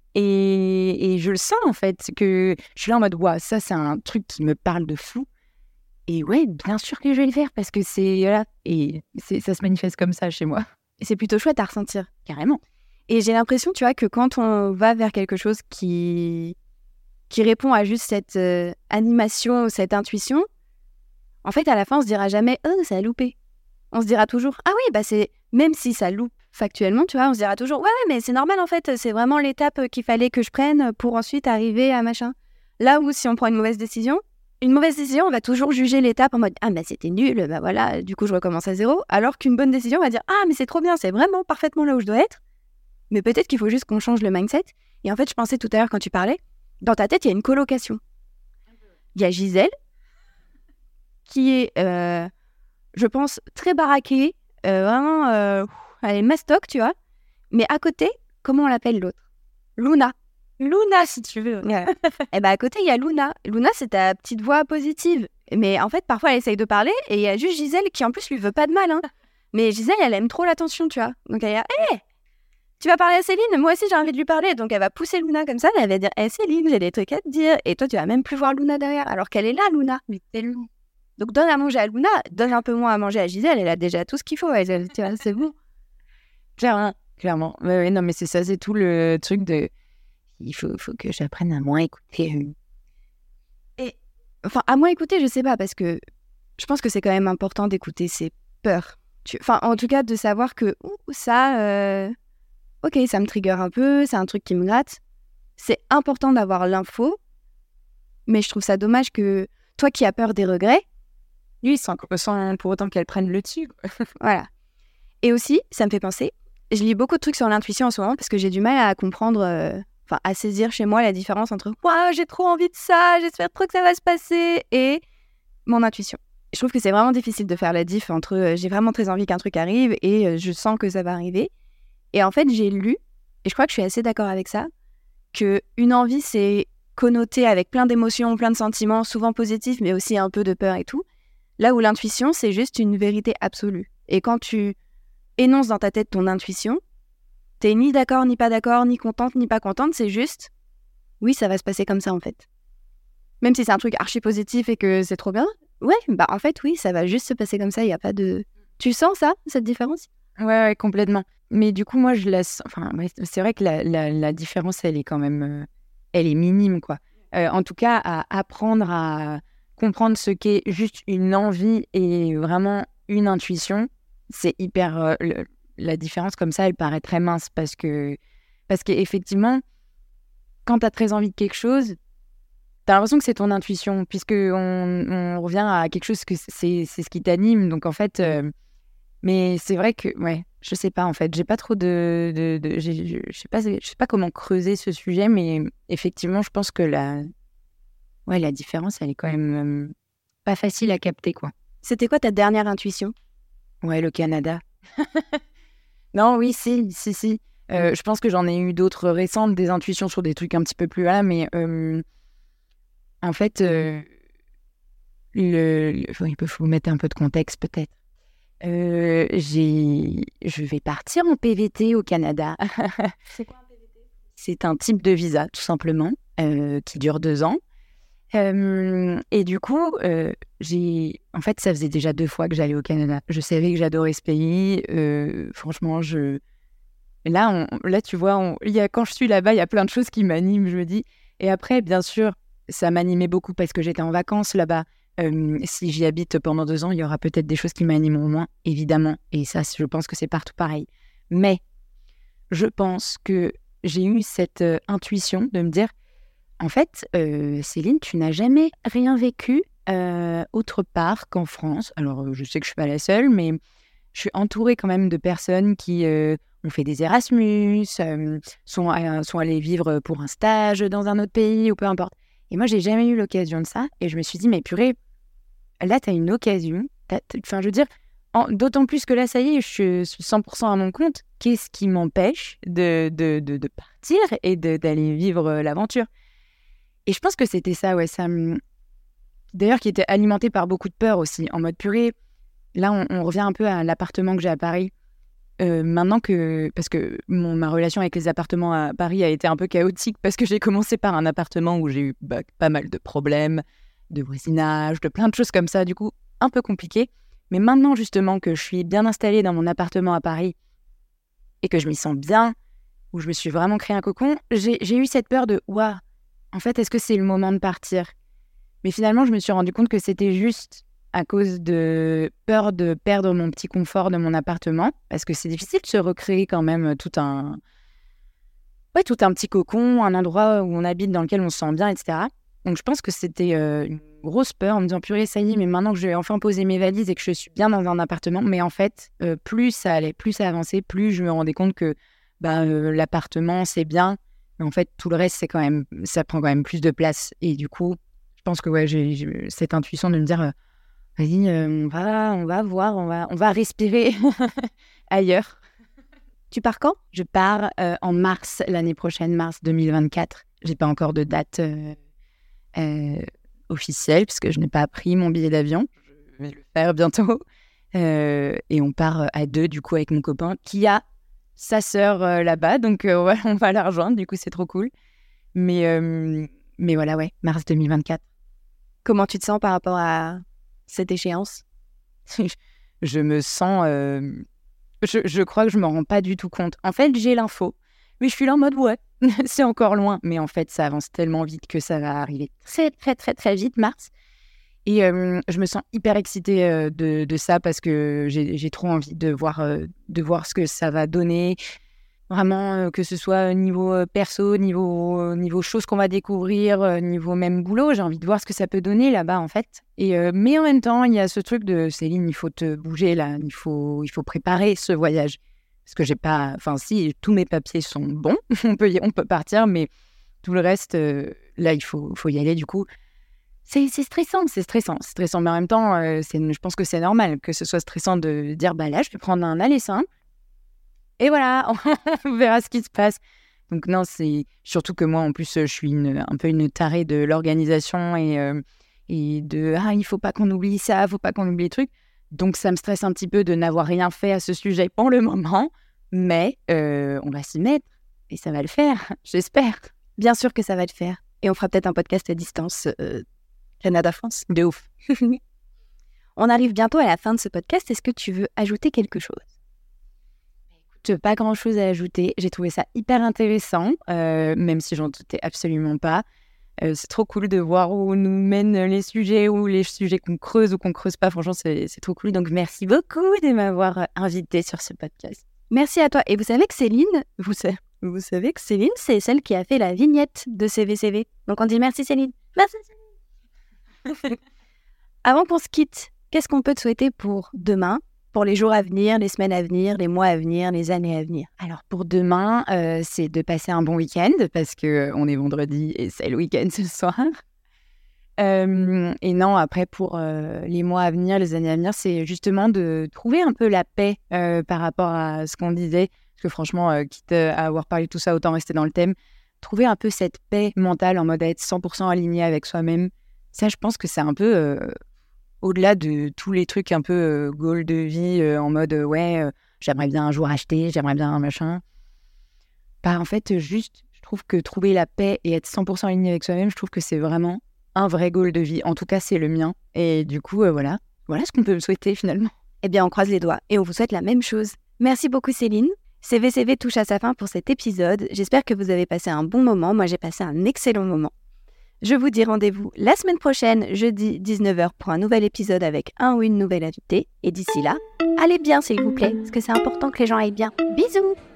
[SPEAKER 3] Et je le sens, en fait, que je suis là en mode, ouais, ça, c'est un truc qui me parle de fou. Et ouais, bien sûr que je vais le faire, parce que voilà. Et ça se manifeste comme ça chez moi.
[SPEAKER 2] Et c'est plutôt chouette à ressentir.
[SPEAKER 3] Carrément.
[SPEAKER 2] Et j'ai l'impression, tu vois, que quand on va vers quelque chose qui répond à juste cette animation, cette intuition, en fait, à la fin, on se dira jamais « Oh, ça a loupé ». On se dira toujours « Ah oui, bah c'est… » Même si ça loupe factuellement, tu vois, on se dira toujours « Ouais, mais c'est normal, en fait, c'est vraiment l'étape qu'il fallait que je prenne pour ensuite arriver à machin. » Là où, si on prend une mauvaise décision, on va toujours juger l'étape en mode « Ah, bah c'était nul, bah voilà, du coup, je recommence à zéro. » Alors qu'une bonne décision, on va dire « Ah, mais c'est trop bien, c'est vraiment parfaitement là où je dois être. » Mais peut-être qu'il faut juste qu'on change le mindset. Et en fait, je pensais tout à l'heure quand tu parlais, dans ta tête, il y a une colocation. Il y a Gisèle, qui est, je pense, très baraquée, vraiment, elle est mastoc, tu vois. Mais à côté, comment on l'appelle l'autre ? Luna, si tu veux. Et à côté, il y a Luna. Luna, c'est ta petite voix positive. Mais en fait, parfois, elle essaye de parler et il y a juste Gisèle qui, en plus, lui veut pas de mal. Hein. Mais Gisèle, elle aime trop l'attention, tu vois. Donc, elle dit tu vas parler à Céline, moi aussi j'ai envie de lui parler. Donc elle va pousser Luna comme ça, elle va dire Céline, j'ai des trucs à te dire. Et toi, tu vas même plus voir Luna derrière, alors qu'elle est là, Luna. Mais tellement. Donc donne à manger à Luna, donne un peu moins à manger à Gisèle, elle a déjà tout ce qu'il faut. Tu vois, c'est bon.
[SPEAKER 3] Clairement. Ouais, non, mais c'est ça, c'est tout le truc de. Il faut que j'apprenne à moins écouter.
[SPEAKER 2] Et enfin, à moins écouter, je sais pas, parce que je pense que c'est quand même important d'écouter ses peurs. Enfin, en tout cas, de savoir que ça. Ok, ça me trigger un peu, c'est un truc qui me gratte. C'est important d'avoir l'info, mais je trouve ça dommage que toi qui as peur des regrets,
[SPEAKER 3] lui, sans pour autant qu'elle prenne le dessus.
[SPEAKER 2] Voilà. Et aussi, ça me fait penser, je lis beaucoup de trucs sur l'intuition en ce moment parce que j'ai du mal à comprendre, à saisir chez moi la différence entre « Waouh, j'ai trop envie de ça, j'espère trop que ça va se passer » et mon intuition. Je trouve que c'est vraiment difficile de faire la diff entre j'ai vraiment très envie qu'un truc arrive et je sens que ça va arriver. Et en fait, j'ai lu, et je crois que je suis assez d'accord avec ça, qu'une envie, c'est connoté avec plein d'émotions, plein de sentiments, souvent positifs, mais aussi un peu de peur et tout. Là où l'intuition, c'est juste une vérité absolue. Et quand tu énonces dans ta tête ton intuition, t'es ni d'accord, ni pas d'accord, ni contente, ni pas contente, c'est juste, oui, ça va se passer comme ça, en fait. Même si c'est un truc archi positif et que c'est trop bien, ouais, en fait, oui, ça va juste se passer comme ça, il n'y a pas de... Tu sens ça, cette différence ?
[SPEAKER 3] Ouais, complètement. Mais du coup, moi, je laisse. Enfin, ouais, c'est vrai que la différence, elle est quand même. Elle est minime, quoi. En tout cas, à apprendre à comprendre ce qu'est juste une envie et vraiment une intuition, c'est hyper. La différence, comme ça, elle paraît très mince parce qu'effectivement, quand tu as très envie de quelque chose, tu as l'impression que c'est ton intuition, puisqu'on revient à quelque chose que c'est ce qui t'anime. Donc, en fait. Mais c'est vrai que, ouais, je sais pas en fait, j'ai pas trop je sais pas comment creuser ce sujet, mais effectivement, je pense que la différence, elle est quand même pas facile à capter, quoi.
[SPEAKER 2] C'était quoi ta dernière intuition ?
[SPEAKER 3] Ouais, le Canada. Non, oui, si. Je pense que j'en ai eu d'autres récentes, des intuitions sur des trucs un petit peu plus là, mais en fait, il faut mettre un peu de contexte peut-être. Je vais partir en PVT au Canada.
[SPEAKER 2] C'est quoi un PVT ?
[SPEAKER 3] C'est un type de visa, tout simplement, qui dure 2 ans. Et du coup, en fait, ça faisait déjà 2 fois que j'allais au Canada. Je savais que j'adorais ce pays. Franchement, là, tu vois, quand je suis là-bas, il y a plein de choses qui m'animent, je me dis. Et après, bien sûr, ça m'animait beaucoup parce que j'étais en vacances là-bas. Si j'y habite pendant 2 ans, il y aura peut-être des choses qui m'animeront moins, évidemment. Et ça, je pense que c'est partout pareil. Mais je pense que j'ai eu cette intuition de me dire, en fait, Céline, tu n'as jamais rien vécu autre part qu'en France. Alors, je sais que je ne suis pas la seule, mais je suis entourée quand même de personnes qui ont fait des Erasmus, sont allées vivre pour un stage dans un autre pays ou peu importe. Et moi, j'ai jamais eu l'occasion de ça. Et je me suis dit, mais purée, là, tu as une occasion. Enfin, je veux dire, d'autant plus que là, ça y est, je suis 100% à mon compte. Qu'est-ce qui m'empêche de partir et d'aller vivre l'aventure ? Et je pense que c'était ça, ouais. D'ailleurs, qui était alimenté par beaucoup de peur aussi. En mode purée, là, on revient un peu à l'appartement que j'ai à Paris. Maintenant parce que ma relation avec les appartements à Paris a été un peu chaotique parce que j'ai commencé par un appartement où j'ai eu pas mal de problèmes, de voisinage, de plein de choses comme ça, du coup un peu compliqué. Mais maintenant justement que je suis bien installée dans mon appartement à Paris et que je m'y sens bien, où je me suis vraiment créé un cocon, j'ai eu cette peur de « Waouh, en fait, est-ce que c'est le moment de partir ?» Mais finalement, je me suis rendu compte que c'était juste à cause de peur de perdre mon petit confort de mon appartement, parce que c'est difficile de se recréer quand même tout un petit cocon, un endroit où on habite, dans lequel on se sent bien, etc. Donc je pense que c'était une grosse peur en me disant purée, ça y est, mais maintenant que je vais enfin poser mes valises et que je suis bien dans un appartement. Mais en fait, plus ça allait, plus ça avançait, plus je me rendais compte que l'appartement, c'est bien. Mais en fait, tout le reste, ça prend quand même plus de place. Et du coup, je pense que j'ai cette intuition de me dire vas-y, on va voir, on va respirer ailleurs.
[SPEAKER 2] Tu pars quand ?
[SPEAKER 3] Je pars en mars, l'année prochaine, mars 2024. J'ai pas encore de date officielle, puisque je n'ai pas pris mon billet d'avion. Je vais le faire bientôt. Et on part à 2, du coup, avec mon copain, qui a sa sœur là-bas. Donc, on va la rejoindre. Du coup, c'est trop cool. Mais voilà, ouais, mars 2024.
[SPEAKER 2] Comment tu te sens par rapport à cette échéance ?
[SPEAKER 3] Je me sens... Je crois que je ne m'en rends pas du tout compte. En fait, j'ai l'info, mais je suis là en mode ouais, c'est encore loin. Mais en fait, ça avance tellement vite que ça va arriver très, très, très, très vite, mars. Et je me sens hyper excitée de ça parce que j'ai trop envie de voir ce que ça va donner. Vraiment, que ce soit niveau perso, niveau choses qu'on va découvrir, niveau même boulot, j'ai envie de voir ce que ça peut donner là-bas, en fait. Mais en même temps, il y a ce truc de Céline, il faut te bouger là, il faut préparer ce voyage. Parce que j'ai pas... Enfin, si, tous mes papiers sont bons, on peut partir, mais tout le reste, là, il faut y aller, du coup. C'est stressant. Mais en même temps, je pense que c'est normal que ce soit stressant de dire, là, je vais prendre un aller simple. Et voilà, on verra ce qui se passe. Donc non, c'est surtout que moi, en plus, je suis un peu une tarée de l'organisation et de « Ah, il faut pas qu'on oublie ça, il faut pas qu'on oublie les trucs ». Donc ça me stresse un petit peu de n'avoir rien fait à ce sujet pour le moment. Mais on va s'y mettre et ça va le faire, j'espère.
[SPEAKER 2] Bien sûr que ça va le faire. Et on fera peut-être un podcast à distance, Canada-France.
[SPEAKER 3] De ouf.
[SPEAKER 2] On arrive bientôt à la fin de ce podcast. Est-ce que tu veux ajouter quelque chose ?
[SPEAKER 3] Pas grand-chose à ajouter. J'ai trouvé ça hyper intéressant, même si j'en doutais absolument pas. C'est trop cool de voir où nous mènent les sujets, ou les sujets qu'on creuse ou qu'on creuse pas. Franchement, c'est trop cool. Donc, merci beaucoup de m'avoir invitée sur ce podcast.
[SPEAKER 2] Merci à toi. Et vous savez que Céline, c'est celle qui a fait la vignette de CVCV. Donc, on dit merci Céline. Merci Céline. Avant qu'on se quitte, qu'est-ce qu'on peut te souhaiter pour demain ? Pour les jours à venir, les semaines à venir, les mois à venir, les années à venir.
[SPEAKER 3] Alors pour demain, c'est de passer un bon week-end parce qu'on est vendredi et c'est le week-end ce soir. Et non, après pour les mois à venir, les années à venir, c'est justement de trouver un peu la paix par rapport à ce qu'on disait. Parce que franchement, quitte à avoir parlé de tout ça, autant rester dans le thème. Trouver un peu cette paix mentale en mode être 100% aligné avec soi-même. Ça, je pense que c'est un peu... au-delà de tous les trucs un peu goal de vie, en mode j'aimerais bien un jour acheter, j'aimerais bien un machin. En fait, juste, je trouve que trouver la paix et être 100% aligné avec soi-même, je trouve que c'est vraiment un vrai goal de vie. En tout cas, c'est le mien. Et du coup, voilà ce qu'on peut me souhaiter finalement.
[SPEAKER 2] Eh bien, on croise les doigts et on vous souhaite la même chose. Merci beaucoup Céline. CVCV touche à sa fin pour cet épisode. J'espère que vous avez passé un bon moment. Moi, j'ai passé un excellent moment. Je vous dis rendez-vous la semaine prochaine, jeudi 19h, pour un nouvel épisode avec un ou une nouvelle invitée. Et d'ici là, allez bien s'il vous plaît, parce que c'est important que les gens aillent bien. Bisous!